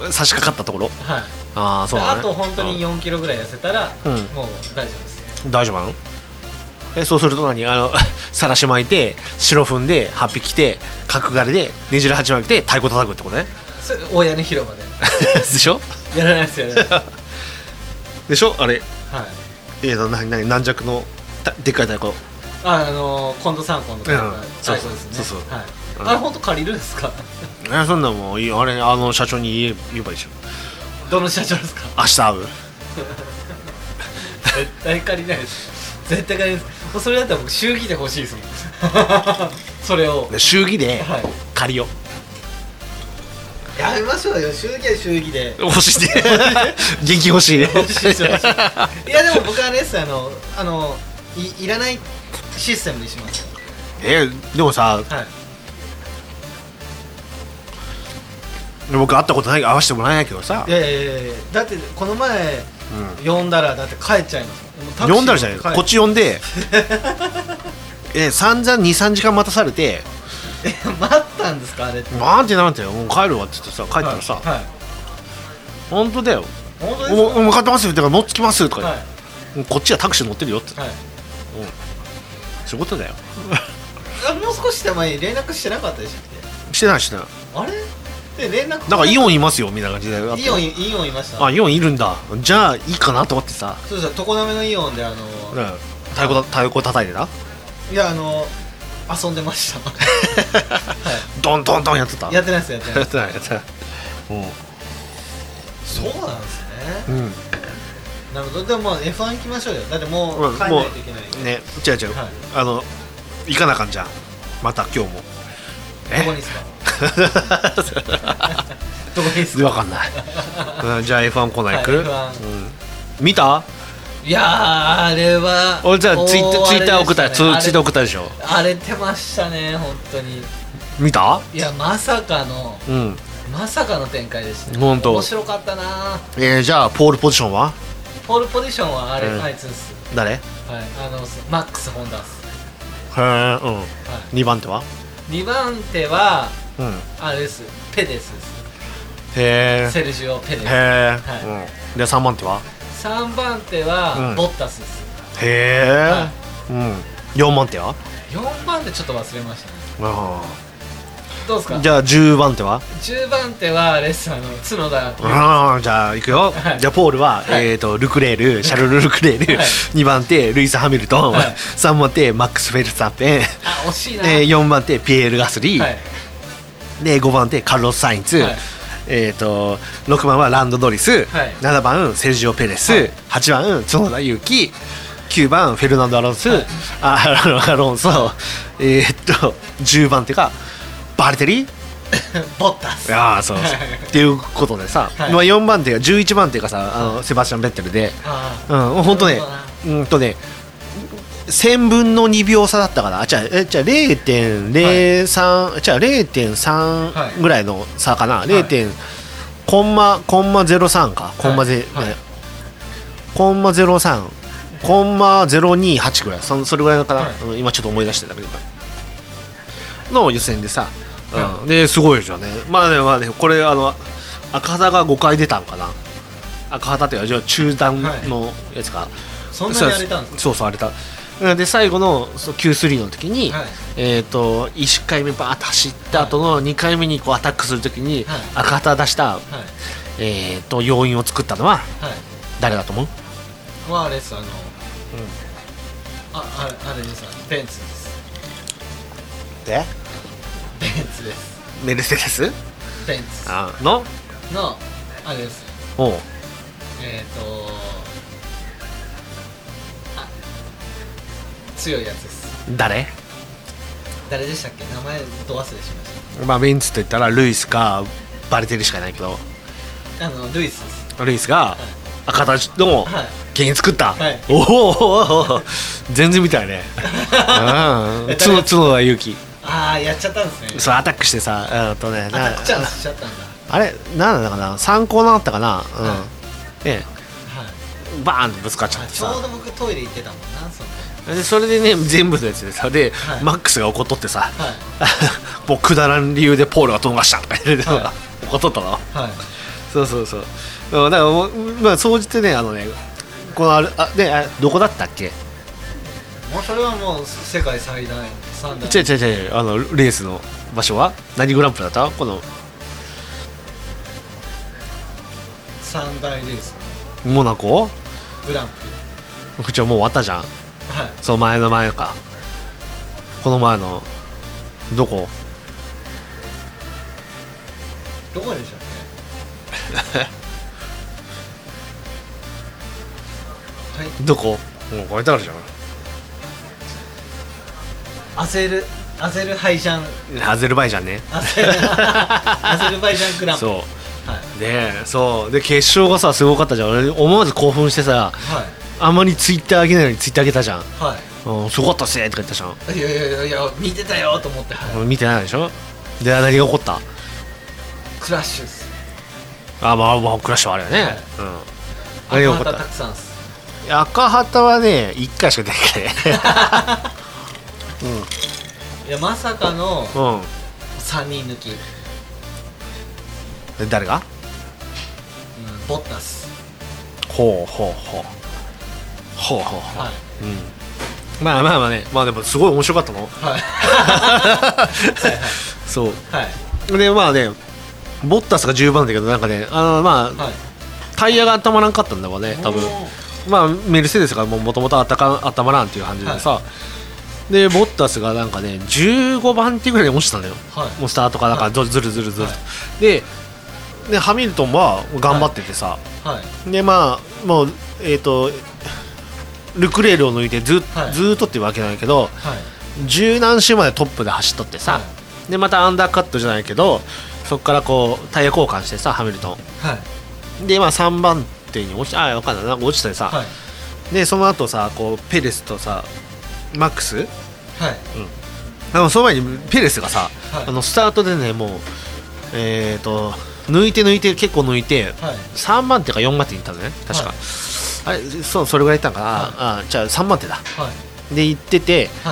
差し掛かったところ。
はい。
ああそうだね。
あと本当によんキロぐらい痩せたら、
うん、
もう大丈夫です。
大丈夫なの？えそうすると何、あのさらし巻いて白踏んではっぴきて角刈りでねじり鉢巻いて太鼓叩くってことね。
それ大屋根広場で
でしょ？
やらないですよね。
でしょあれ。
はい。
えーと何何軟弱のたでっかい太鼓。
ああの近藤三本の太鼓ですね。
そうそう。
はい。あれ本当借りるんですか？
えそんなもんいい、あれあの社長に言え言えばいいでしょ。
どの社長ですか？
明日会う。
絶対借りないです。絶対借りないです。もうそれだったら僕祝儀で欲しいですもん。それを
祝儀で借りよ
う。やめましょうよ。祝儀は祝儀で
欲しいね。現金欲しいね。
欲しいです欲しい。いやでも僕はあれですあのあの い, いらないシステムにします。
えでもさ、
はい、
僕会ったことない会わせてもらえないけどさ。
いやいやいやいやだってこの前、うん、呼んだらだって帰っちゃいます。
呼んだらじゃないこっち呼んでえ散々 にさんじかん待たされて
え待ったんですかあれって。
なんてなんてよもう帰るわって言ってさ帰ったらさ、はいはい、本当だよ。
本当ですか？
もう向かってますよってか乗ってきますとか、はい、こっちはタクシー乗ってるよって、はい、うん、そういうことだよ。
もう少し手前に連絡してなかったでしょって。
してないしてない。
あれで連絡
なんかイオンいますよみたいな感じで。
イオンイオンいました。
あイオンいるんだ。じゃあいいかなと思ってさ。
そうです。常滑のイオンであの、
うん、太鼓太鼓叩いてた。
いやあの遊んでました。はい、
ドンドンドンやってた。
やってないですやってない。
やってないやってない。うん。
そうなんですね。
うん。
なるほど。でもまあ エフワン 行きましょうよ。だってもう帰らないといけない。
ね、違う違う、はい、あの行かなあかんじゃん。また今日も。
どこにですか？どこにですか？
わかんない。うん、じゃあ エフワン 来ないく。はい、エフワン、うん、見た？
いやーあれは。
俺じゃあツイッターツイッター送ったツイッター送ったでしょ。
荒れてましたね本当に。
見た？
いやまさかの。うん。まさかの展開でしたね。
本当。
面白かったな。
えー、じゃあポールポジションは？
ポールポジションはあれ、うん、あいつです。
誰？はい、
あのマックス・ホンダス。
へえ、うん。はい、にばん手は？に
ばん手は、うん、あれです。ペデスです。
へえ。
セルジオ・ペデス。
へえ。はい、うん。でさんばん手は？さんばん手は、うん、ボッタスです。へえ、はい、うん。よんばん手は？よんばん手ちょっと忘れましたね。ああ。どうですか？じゃあじゅうばん手は？じゅうばん手はレッスンあの角田。ああ、じゃあ行くよ。はい、じゃあポールは、はい、えっ、ー、とルクレール、シャルル・ルクレール、はい、にばん手ルイス・ハミルトン、はい、さんばん手マックス・フェルスタッペン、あ惜しいな。えー、よんばん手ピエール・ガスリー、はい、でごばん手カルロス・サインツ、はい、えっ、ー、とろくばんはランド・ノリス、はい、ななばんセルジオ・ペレス、はい、はちばん角田裕樹、きゅうばんフェルナンド・アロンス、はい、あアロンソ、はい、えっ、ー、とじゅうばん手がバルテリボッタス。ああそうそうっていうことでさ、はい、まあよんばん手がじゅういちばん手がさあのセバスチャン・ベッテルで、うん本当ねうんとねせんぶんのにびょう差だったからあじゃあえじゃあ れいてんれいさん、はい、じゃあ れいてんさん ぐらいの差かな、はい、れい. コンマコンマゼロさんかコンマゼ、はいはい、コンマゼロさんコンマゼロにはちぐらい そ, それぐらいのかな、はい、今ちょっと思い出してたけどの予選でさ、うん、ですごいじゃんね。まあねまあねこれあの赤旗がごかい出たんかな。赤旗っていうかじゃあ中段のやつか、はい、そんなに荒れたんですか。そうそう荒れた。で最後の キュースリー の時に、はい、えっ、ー、といっかいめバーッと走った後のにかいめにこうアタックする時に、はい、赤旗出した、はい、えっ、ー、と要因を作ったのは、はい、誰だと思う？はあれですあの、うん、ああれあれですベンツです。でベンツです。メルセデスベンツあののあれです。おうえっ、ー、とあ強いやつです。誰誰でしたっけ名前ど忘れしました。まあベンツと言ったらルイスかバレテルしかいないけどあのルイスです。ルイスが、はい、 赤田の原因作った、
はい、
おお全然みたいねうん角角田裕樹
ああやっちゃったんですね。
そうアタックしてさえっとね
アタックチャンスしちゃったんだ。
あれなんだかな参考なんだったかな、うん、
はい、
ね、
はい、
バーンってぶつかっちゃってさ、
ちょうど僕トイレ行ってたもんなその
でそれでね全部のやつでさで、はい、マックスが怒っとってさ、はい、もうくだらん理由でポールが飛ばしたとか言って、はい、怒っとったの、はい、そうそうそうだからもうまあ総じてねあのねこのあるあであどこだったっけ
もうそれはもう世界最大三大
違う違う違うあのレースの場所は何グランプリだったこの
三大レース
モナコ
グランプリ
こっちはもう終わったじゃん、はい、その前の前かこの前のどこ
どこでしょうねはい、
どこもう書いてあるじゃん
アゼルアゼルハイジャン
アゼルバイジャンね
アゼルアゼルバイジャングランプリ
そう、はい、でそうで決勝がさすごかったじゃん俺思わず興奮してさ、はい、あんまりツイッター上げないのにツイッター上げたじゃん、はい、うん、すごかったっすねとか言ったじゃん
いやいやいやいや見てたよと思って、はい、
見てないでしょで何が起こった
クラッシュです
あまあまあクラッシュはあるよね、はい、うん、何が起こった
たくさんです
赤旗はねいっかいしか出てない
うん、いやまさかのさんにん抜き、
うん、誰が、
うん、ボッタス
ほうほうほうほうほうほう、はい、うん、まあまあまあねまあでもすごい面白かったのはいそう、はい、でまあねボッタスがじゅうばんだけどなんかねあのまあ、はい、タイヤが温まらんかったんだわね多分まあメルセデスがもともと温まらんっていう感じでさ、はい、でボッタスがなんかねじゅうごばん手ぐらいに落ちたんだよ、はい、もうスタートからなんかずるずるずる、はい、で, でハミルトンは頑張っててさ、はい、でまあもうえっ、ー、とルクレールを抜いて ず,、はい、ずーっとっていうわけなんだけど、はい、十何周までトップで走っとってさ、はい、でまたアンダーカットじゃないけどそこからこうタイヤ交換してさハミルトン、はい、でまあさんばん手に落ちあ分かんないなんか落ちたりさ、はい、でその後さこうペレスとさマックス、はい、うん、あのその前にペレスがさ、はい、あのスタートでねもうえっ、ー、と抜いて抜いて結構抜いて、はい、さんばん手かよんばん手に行ったのね確か、はい、あれそうそれぐらい行ったんかな、はい、あじゃあさんばん手だ、はい、で行ってて、はい、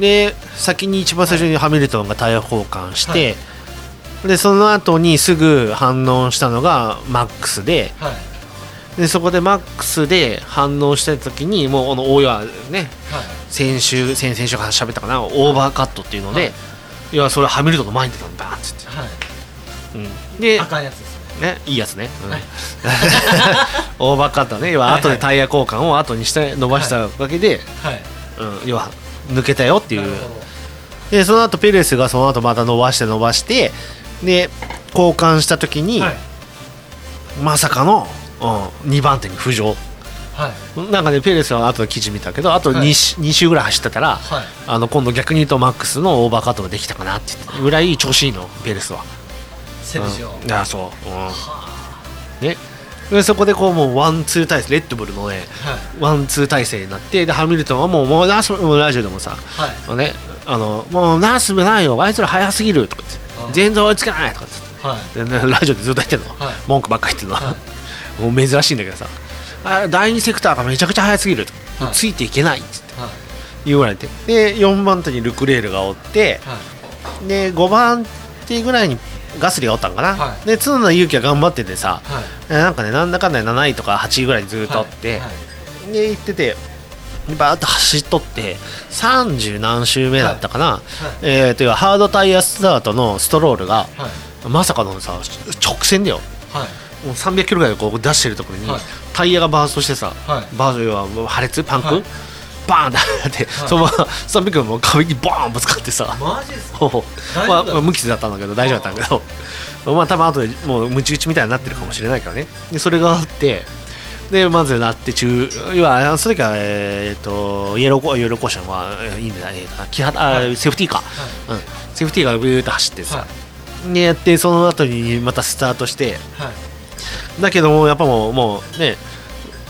で先に一番最初にハミルトンがタイヤ交換して、はい、でその後にすぐ反応したのがマックスで、はい、でそこでマックスで反応した時にもうこの大岩ね、はい、先週先々週から喋ったかなオーバーカットっていうので、はい、いやそれハミルトンの前に出たんだっつって、はい、うん、で
赤いやつです
ね、いいやつね、うん、はい、オーバーカットね要は後でタイヤ交換を後にして伸ばしたわけで、はいはい、うん、要は抜けたよっていう。でその後ペレスがその後また伸ばして伸ばしてで交換した時に、はい、まさかの、うん、にばん手に浮上、はい、なんかねペレスは後の記事見たけどあと 2,、はい、に周ぐらい走ってたら、はい、あの今度逆に言うとマックスのオーバーカットができたかなって言ってぐらい調子いいのペレスは
セルジオ、
うん、あそう、うん、ねでそこでこうもうワンツー体制レッドブルのね、はい、ワンツー体制になってでハミルトンはもうもうラジオでもさ、はい、ねあのもうナースもないよあいつら速すぎるとか言って全然追いつかないとか言って、はい、ラジオでずっと言ってるの、はい、文句ばっかり言ってるの、はい、もう珍しいんだけどさあだいにセクターがめちゃくちゃ速すぎると、はい、ついていけないって言われてでよんばん手にルクレールがおって、はい、でごばん手ぐらいにガスリがおったんかな、はい、で角田裕樹は頑張っててさ、はい、なんかねなんだかんだなないとかはちいぐらいずっとおって、はいはい、で行っててバーッと走っとってさんじゅう何周目だったかな、はいはい、えー、というハードタイヤスタートのストロールが、はい、まさかのさ直線だよ、はい、もうさんびゃくキロぐらいこう出してるところに、はい、タイヤがバーストしてさ、はい、バーストはもう破裂パンク、はい、バーンって、はい、そのままさんびゃくキロも壁にボーンぶつかってさ
マジですか
まあ、まあ、無傷だったんだけど大丈夫だったんだけどまあ多分後でもうムチ打ちみたいになってるかもしれないからねでそれがあってでまずなって中要はその時は、えー、とイエローコイエローコーションはいいんだ、えー、あ、はい、セーフティーか、はい、うん、セーフティーがビューッと走ってさ、はい、でやってその後にまたスタートして、はい、だけどもやっぱもうもうね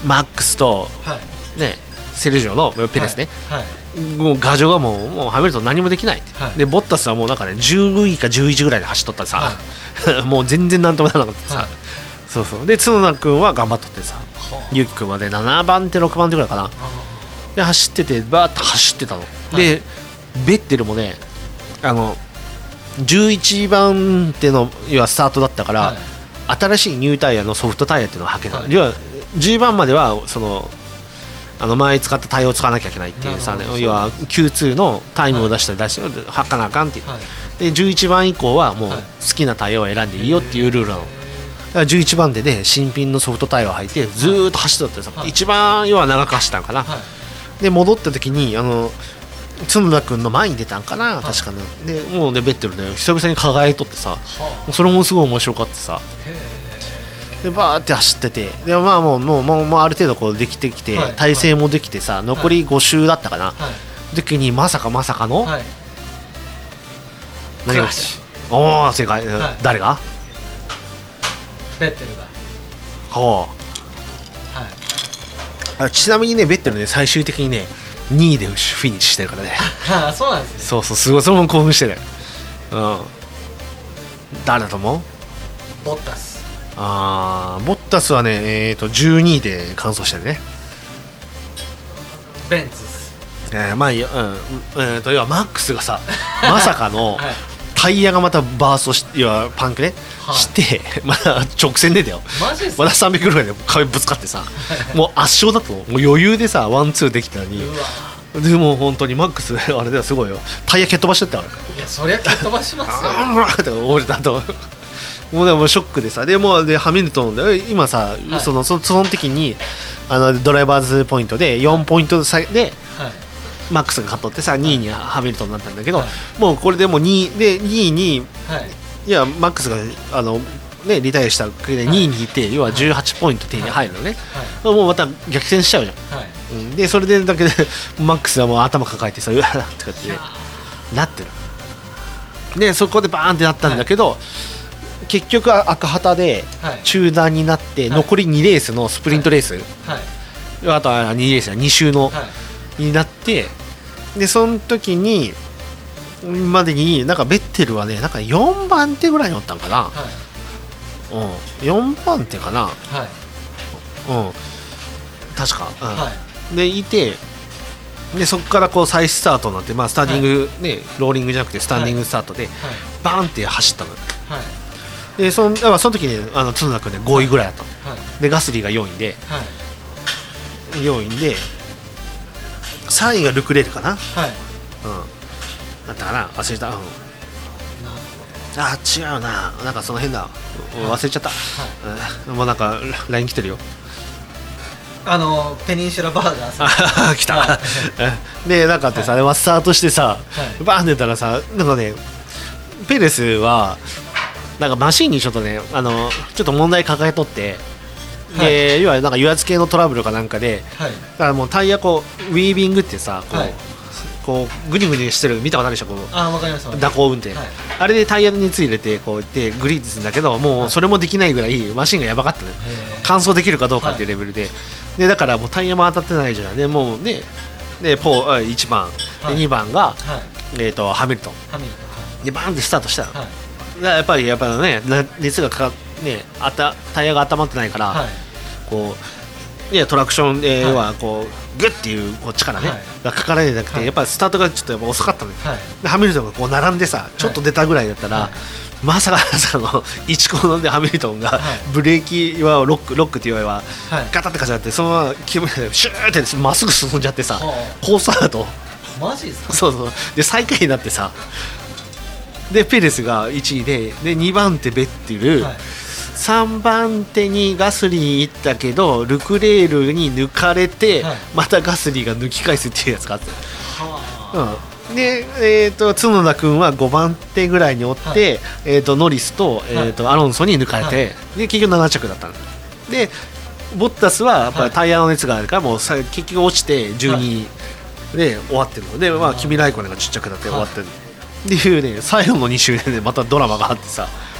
マックスと、
はい、
ね、セルジオのペレスね、
はいはい、
もう牙城がもう、もうハミルトン何もできない、はい、でボッタスはもうなんかねじゅういかじゅういちぐらいで走っとったらさ、はい、もう全然なんともならなかったさ、はい、そうそうで角田君は頑張っとってさ、ゆうき君はねななばん手ろくばん手ぐらいかなで走っててバーッと走ってたの、はい、でベッテルもねあのじゅういちばん手の要はスタートだったから、はい、新しいニュータイヤのソフトタイヤっていうのを履けた、はい、要はじゅうばんまではそのあの前使ったタイヤを使わなきゃいけないっていうさ、ね、要は キューツー のタイムを出したり出して履かなあかんっていう、はい、でじゅういちばん以降はもう好きなタイヤを選んでいいよっていうルールなの。だからじゅういちばん手で新品のソフトタイヤを履いてずーっと走ってたってさ、はい、一番要は長く走ったんかな、はい、で戻った時にあの角田君の前に出たんかな、はい、確かねでもうねベッテルで久々に輝いとってさ、はい、それもすごい面白かったさでバーって走っててでまあもうもうもうもうある程度こうできてきて、はい、体勢もできてさ、はい、残りご周だったかな、はい、時にまさかまさかの、はい、何が来たおお正解、はい、誰が
ベッテルが
ほう、はい、あちなみにねベッテルね最終的にねにいでフィニッシュしてるからね
あそうなんですね
そうそうすごいそれも興奮してるうん誰だと思う
ボッタス
あーボッタスはね、えー、とじゅうにいで完走してるね
ベンツです、
えー、まあいいよ、うんえー、と要はマックスがさまさかの、はい、タイヤがまたバーストし要はパンクね、はい、してまだ直線でだよ
マジです
まださんびゃくぐらいで壁ぶつかってさもう圧勝だともう余裕でさワンツーできたのにでも本当にマックスあれだよすごいよタイヤ蹴っ飛ばしちゃったから
いやそりゃ蹴っ飛ばしますよ
俺だともうでもショックでさでもでハミルトンで今さ、はい、そのそその時にあのドライバーズポイントでよんポイント差で、はい、マックスが勝っとってさにいにハミルトンになったんだけど、はい、もうこれでもうにいでにいに、はい、いやマックスがあの、ね、リタイアした国でにいにいて、はい、要はじゅうはちポイント手に入るのね、はい、もうまた逆転しちゃうじゃん、はいうん、でそれでだけでマックスはもう頭抱えてさうわーってかってなってるでそこでバーンってなったんだけど、はい結局赤旗で中断になって残りにレースのスプリントレース、はいはい、あとはにレースに周の、はい、になってでその時にまでになんかベッテルはねなんかよんばん手ぐらいにおったんかな、はいうん、よんばん手かな、はいうん、確か、うんはい、でいてでそこからこう再スタートになって、まあ、スターティング、はいね、ローリングじゃなくてスタンディングスタートで、はい、バーンって走ったの、はいで そ, のその時にあの角田君でごいぐらいだったの、はい、でガスリーがよんいで、はい、よんいでさんいがルクレールかな、はいうん、だったかな忘れた、うん、あ違うななんかその辺だ忘れちゃった、はいうん、もうなんか ライン 来てるよ
あのペニンシュラバーガーさん
来た、はい、でなんかってさ、はい、スタートしてさ、はい、バーン出たらさなんかねペレスはなんかマシンにちょっとねあのちょっと問題抱えとって、はい、で要はなんか油圧系のトラブルかなんかで、はい、だからもうタイヤこうウィービングってさこう、はい、こうグニグニしてる見たことあるでしょこう
あわかります
蛇行運転、はい、あれでタイヤに熱入れてこうやってグリーンするんだけどもうそれもできないぐらいマシンがやばかったね乾燥できるかどうかっていうレベルで、はい、でだからもうタイヤも当たってないじゃんでもうねでポーいちばん、はい、でにばんが、はいえー、とハミルトン、ハミルトンはい、でバーンってスタートしたの、はいやっぱりやっぱりね熱がかかねあたタイヤが温まってないから、はい、こういやトラクションではこうグッっていうこう力ね、はい、がかからないなくて、はい、やっぱりスタートがちょっとやっぱ遅かったの、はい、でハミルトンがこう並んでさちょっと出たぐらいだったら、はい、まさかそのいちコーナーでハミルトンがブレーキはロックロックって言われば、はい、ガタってかじゃってそのままシューってまっすぐ進んじゃってさ、はい、コースアウト
マジですか
そうそうで最下位になってさでペレスがいちい で, でにばん手ベッテル、はい、さんばん手にガスリー行ったけどルクレールに抜かれて、はい、またガスリーが抜き返すっていうやつがあって、はうん、で、えー、と角田君はごばん手ぐらいに追って、はいえー、とノリスと,、えー、とアロンソに抜かれて、はい、で結局なな着だったのでボッタスはやっぱりタイヤの熱があるからもうさ結局落ちてじゅうにいで終わってるので、まあ、キミライコネがちっちゃくなって終わってる、はいっていうね最後のに周でねまたドラマがあってさ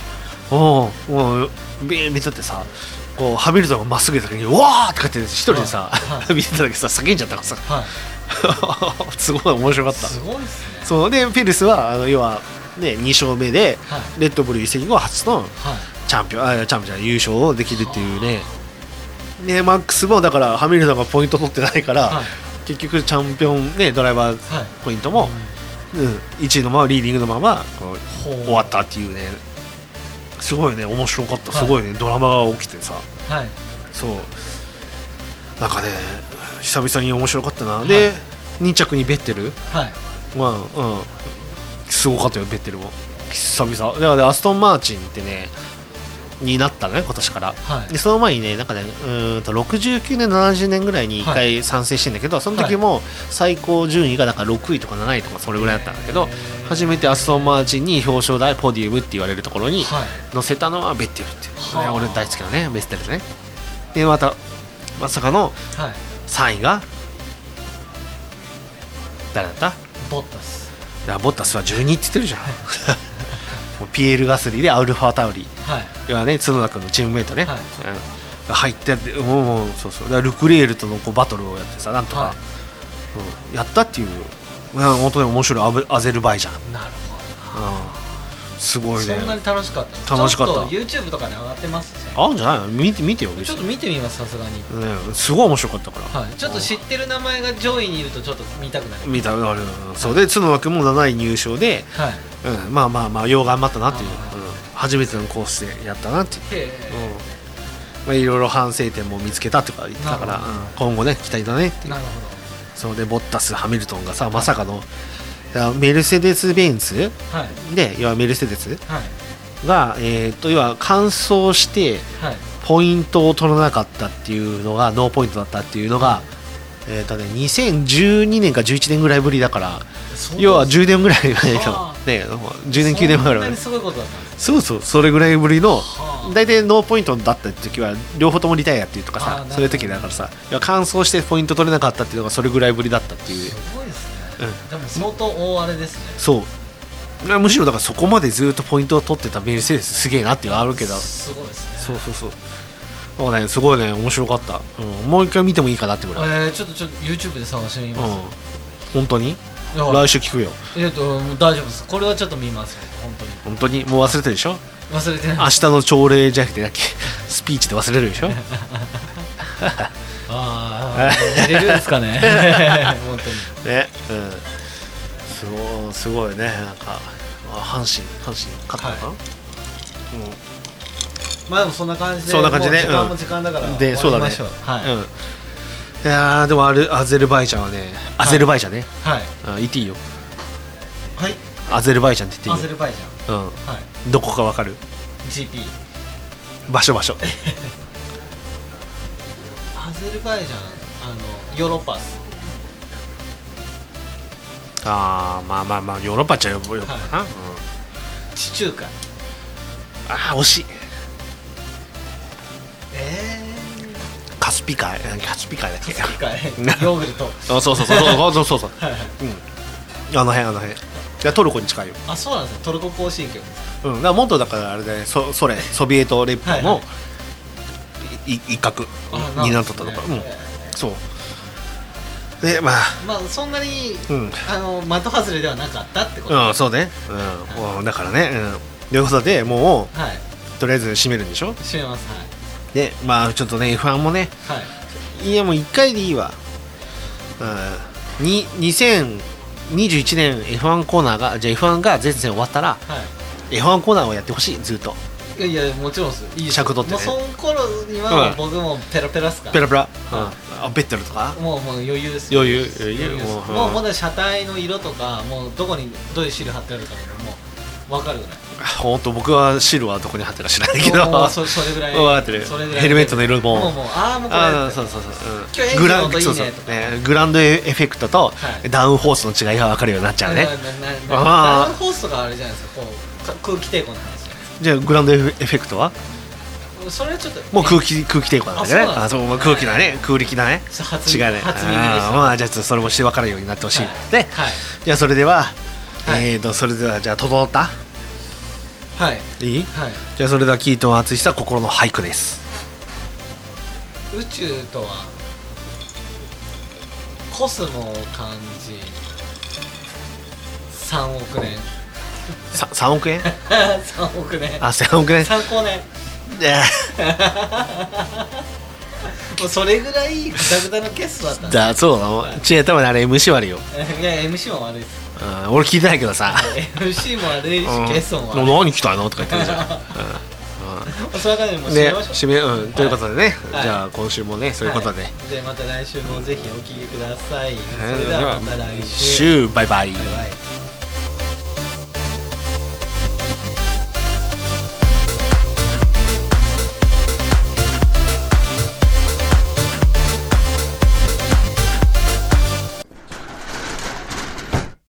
おおもうビーン見ててさこうハミルトンがまっすぐ出た時にうわーってって一人でさ、はい、見てた時さ叫んじゃったからさ、はい、すごい面白かった。
すごいですね。
そうでペレスはあの要はねに勝目で、はい、レッドブル移籍後初のチャンピオン、はい、あチャンピオン優勝をできるっていうね。ねマックスもだからハミルトンがポイント取ってないから、はい、結局チャンピオンねドライバーポイントも、はいうん、いちいのままリーディングのままこう終わったっていうねすごいね面白かったすごいね、はい、ドラマが起きてさ、はい、そうなんかね久々に面白かったな、はい、でに着にベッテル、はい、まあうんすごかったよベッテルも久々だからアストンマーチンってねになったね今年から、はい、でその前にねなんかねうんとろくじゅうきゅうねんななじゅうねんぐらいにいっかい参戦してんだけど、はい、その時も最高順位がだからろくいとかなないとかそれぐらいだったんだけど、はい、初めてアストンマーチンに表彰台ポディウムって言われるところに乗せたのはベッテルっていう、はい、俺大好きなねベッテルねでまたまさかのさんいが誰だった
ボッタス
だボッタスはじゅうにって言ってるじゃんピエール・ガスリーでアルファタウリ、はい、はね角田君のチームメイトね、はいうん、入ってもうもうそうそうだからルクレールとのこうバトルをやってさなんとか、はいうん、やったっていう本当に面白いアゼルバイジャン
なるほど、
うん、すごいね
そんなに楽しかった
楽しかったちょっ
と YouTube とかで上がってますし、ね、
あるんじゃないの見て見てよ
ちょっと見てみますさすがに、
ね、すごい面白かったから、
はい、ちょっと知ってる名前が上位にいるとちょっと見たくなる
見たくなる、はい、そうで角田君もなない入賞で、はいうん、まあまあまあよう頑張ったなっていう、うん、初めてのコースでやったなっていう、うんまあ、いろいろ反省点も見つけたとか言ってたから、うん、今後ね期待だねっていう。
なるほど
そうでボッタスハミルトンがさまさかのメルセデス・ベンツ、はい、で要はメルセデス、はい、が、えー、と要は完走して、はい、ポイントを取らなかったっていうのがノーポイントだったっていうのが、はいえーとね、にせんじゅうにねんかじゅういちねんぐらいぶりだから要はじゅうねんぐらい前の、ね、じゅうねんきゅうねんまえぐらい
すごいことだったんです。
そうそうそれぐらいぶりの大体ノーポイントだった時は両方ともリタイアっていうとかさそういう時だからさ完走してポイント取れなかったっていうのがそれぐらいぶりだったっていう
すごいですね、うん、でも相当大荒れですね。
そうむしろだからそこまでずっとポイントを取ってたメルセデスすげえなっていうのがあるけど
すごいですね。
そうそうそうそうね、すごいね面白かった、うん、もう一回見てもいいかなってぐらい、
えー、ちょっとちょっと YouTube で探してみます、うん、
本当に来週聞くよ。
えっと大丈夫です。これはちょっと見ますよ本当に
本当にもう忘れてるでしょ。
忘れてない。
明日の朝礼じゃなくてだっけスピーチで忘れるでしょ
ああ寝れるんですかね本当に
ね、うん、すごいすごいねなんか阪神阪神勝ったのかな、はいうん
まあでもそんな感じで
そんな感じで
時間も時間だから
でそうだね、はいうん、いやでもあるアゼルバイジャンはねアゼルバイジャンねはいあ言っていいよ
はい
アゼルバイジャンって言っていいよ
アゼルバイジャン
うんはいどこかわかる
ジーピー
場所場所
アゼルバイジャンあのヨーロッパっす。
あーまあまあまあヨーロッパっちゃヨーロッパかな、はい
うん、地中海。
あー惜しい。
え
ー、カスピ海カスピ海だっけ
カスピ海ヨーグルト
そうそうそうそうそうそうそうはい、はいうん、あの辺あの辺いやトルコに近いよ。
あそうなんですねトルコ行進曲
うんだから元だからあれでソソ連ソビエト連邦の、はい、一角になっとったとか、ねうん、そうでまあ
まあそんなに、うん、あの的外れではなかったってこと
うんそうね、うんはい、だからね、うん、ということでもう、はい、とりあえず締めるんでしょ。
締めますはい
でまあちょっとね エフワン もね、はい、いやもういっかいでいいわ、うん、ににせんにじゅういちねん エフワン コーナーがじゃあ エフワン が全戦終わったら、はい、エフワン コーナーをやってほしいずっと。
いやいやもちろんですいいです
尺取ってね
もうその頃には、うん、僕もペラペラっすから
ペラペラ、うん、あベッテルとか
もうもう余裕です
余裕余裕
もう、もうまだ車体の色とかもうどこにどういうシール貼ってあるかとかもう分かるぐらい。
本当僕はシールはどこに貼ってるか知らないけど
もうそ, それぐらい分
かってるヘルメットの色も
もうもうああもうこれあ
そうそうそう、うん、
今日エンジンの音いいねとかそうそう、
ね、グランドエフェクトと、はい、ダウンホースの違いが分かるようになっちゃうね。
ダウンホースとかあれじゃないですかこう空気抵抗の話
じゃあグランドエフェクトは
それはちょっと
もう空気空気抵抗なんだよね。あそうそう空気だね空力だね違うね
初耳でした。
まあじゃあそれもして分かるようになってほしい、はい、で、はい、じゃあそれでは、はい、えーとそれではじゃあ整った
はい
いい、
はい、
じゃあそれではキートン淳さん心の俳句です。
宇宙とはコスモを感じさんおくねん
ささんおくえん
さんおくねん
あさんおくねん
さん光年もうそれぐらいグダグダのケストだったん
じゃあそうなの違う多分あれ エムシー 悪いよ。
いや エムシー も悪いです。
うん、俺聞いてないけどさ
エムシー も悪いし、
うん、
ケストも悪い。
何来たのとか言ってるじゃん、うん
うん、それからでも締めましょう、ね、
締め、うん、ということでね、
はい、
じゃあ今週もねそういうことで、はい、
じゃあまた来週もぜひお聞きください、
はい、
それではまた来週、
週バイバイ。
バイバイ。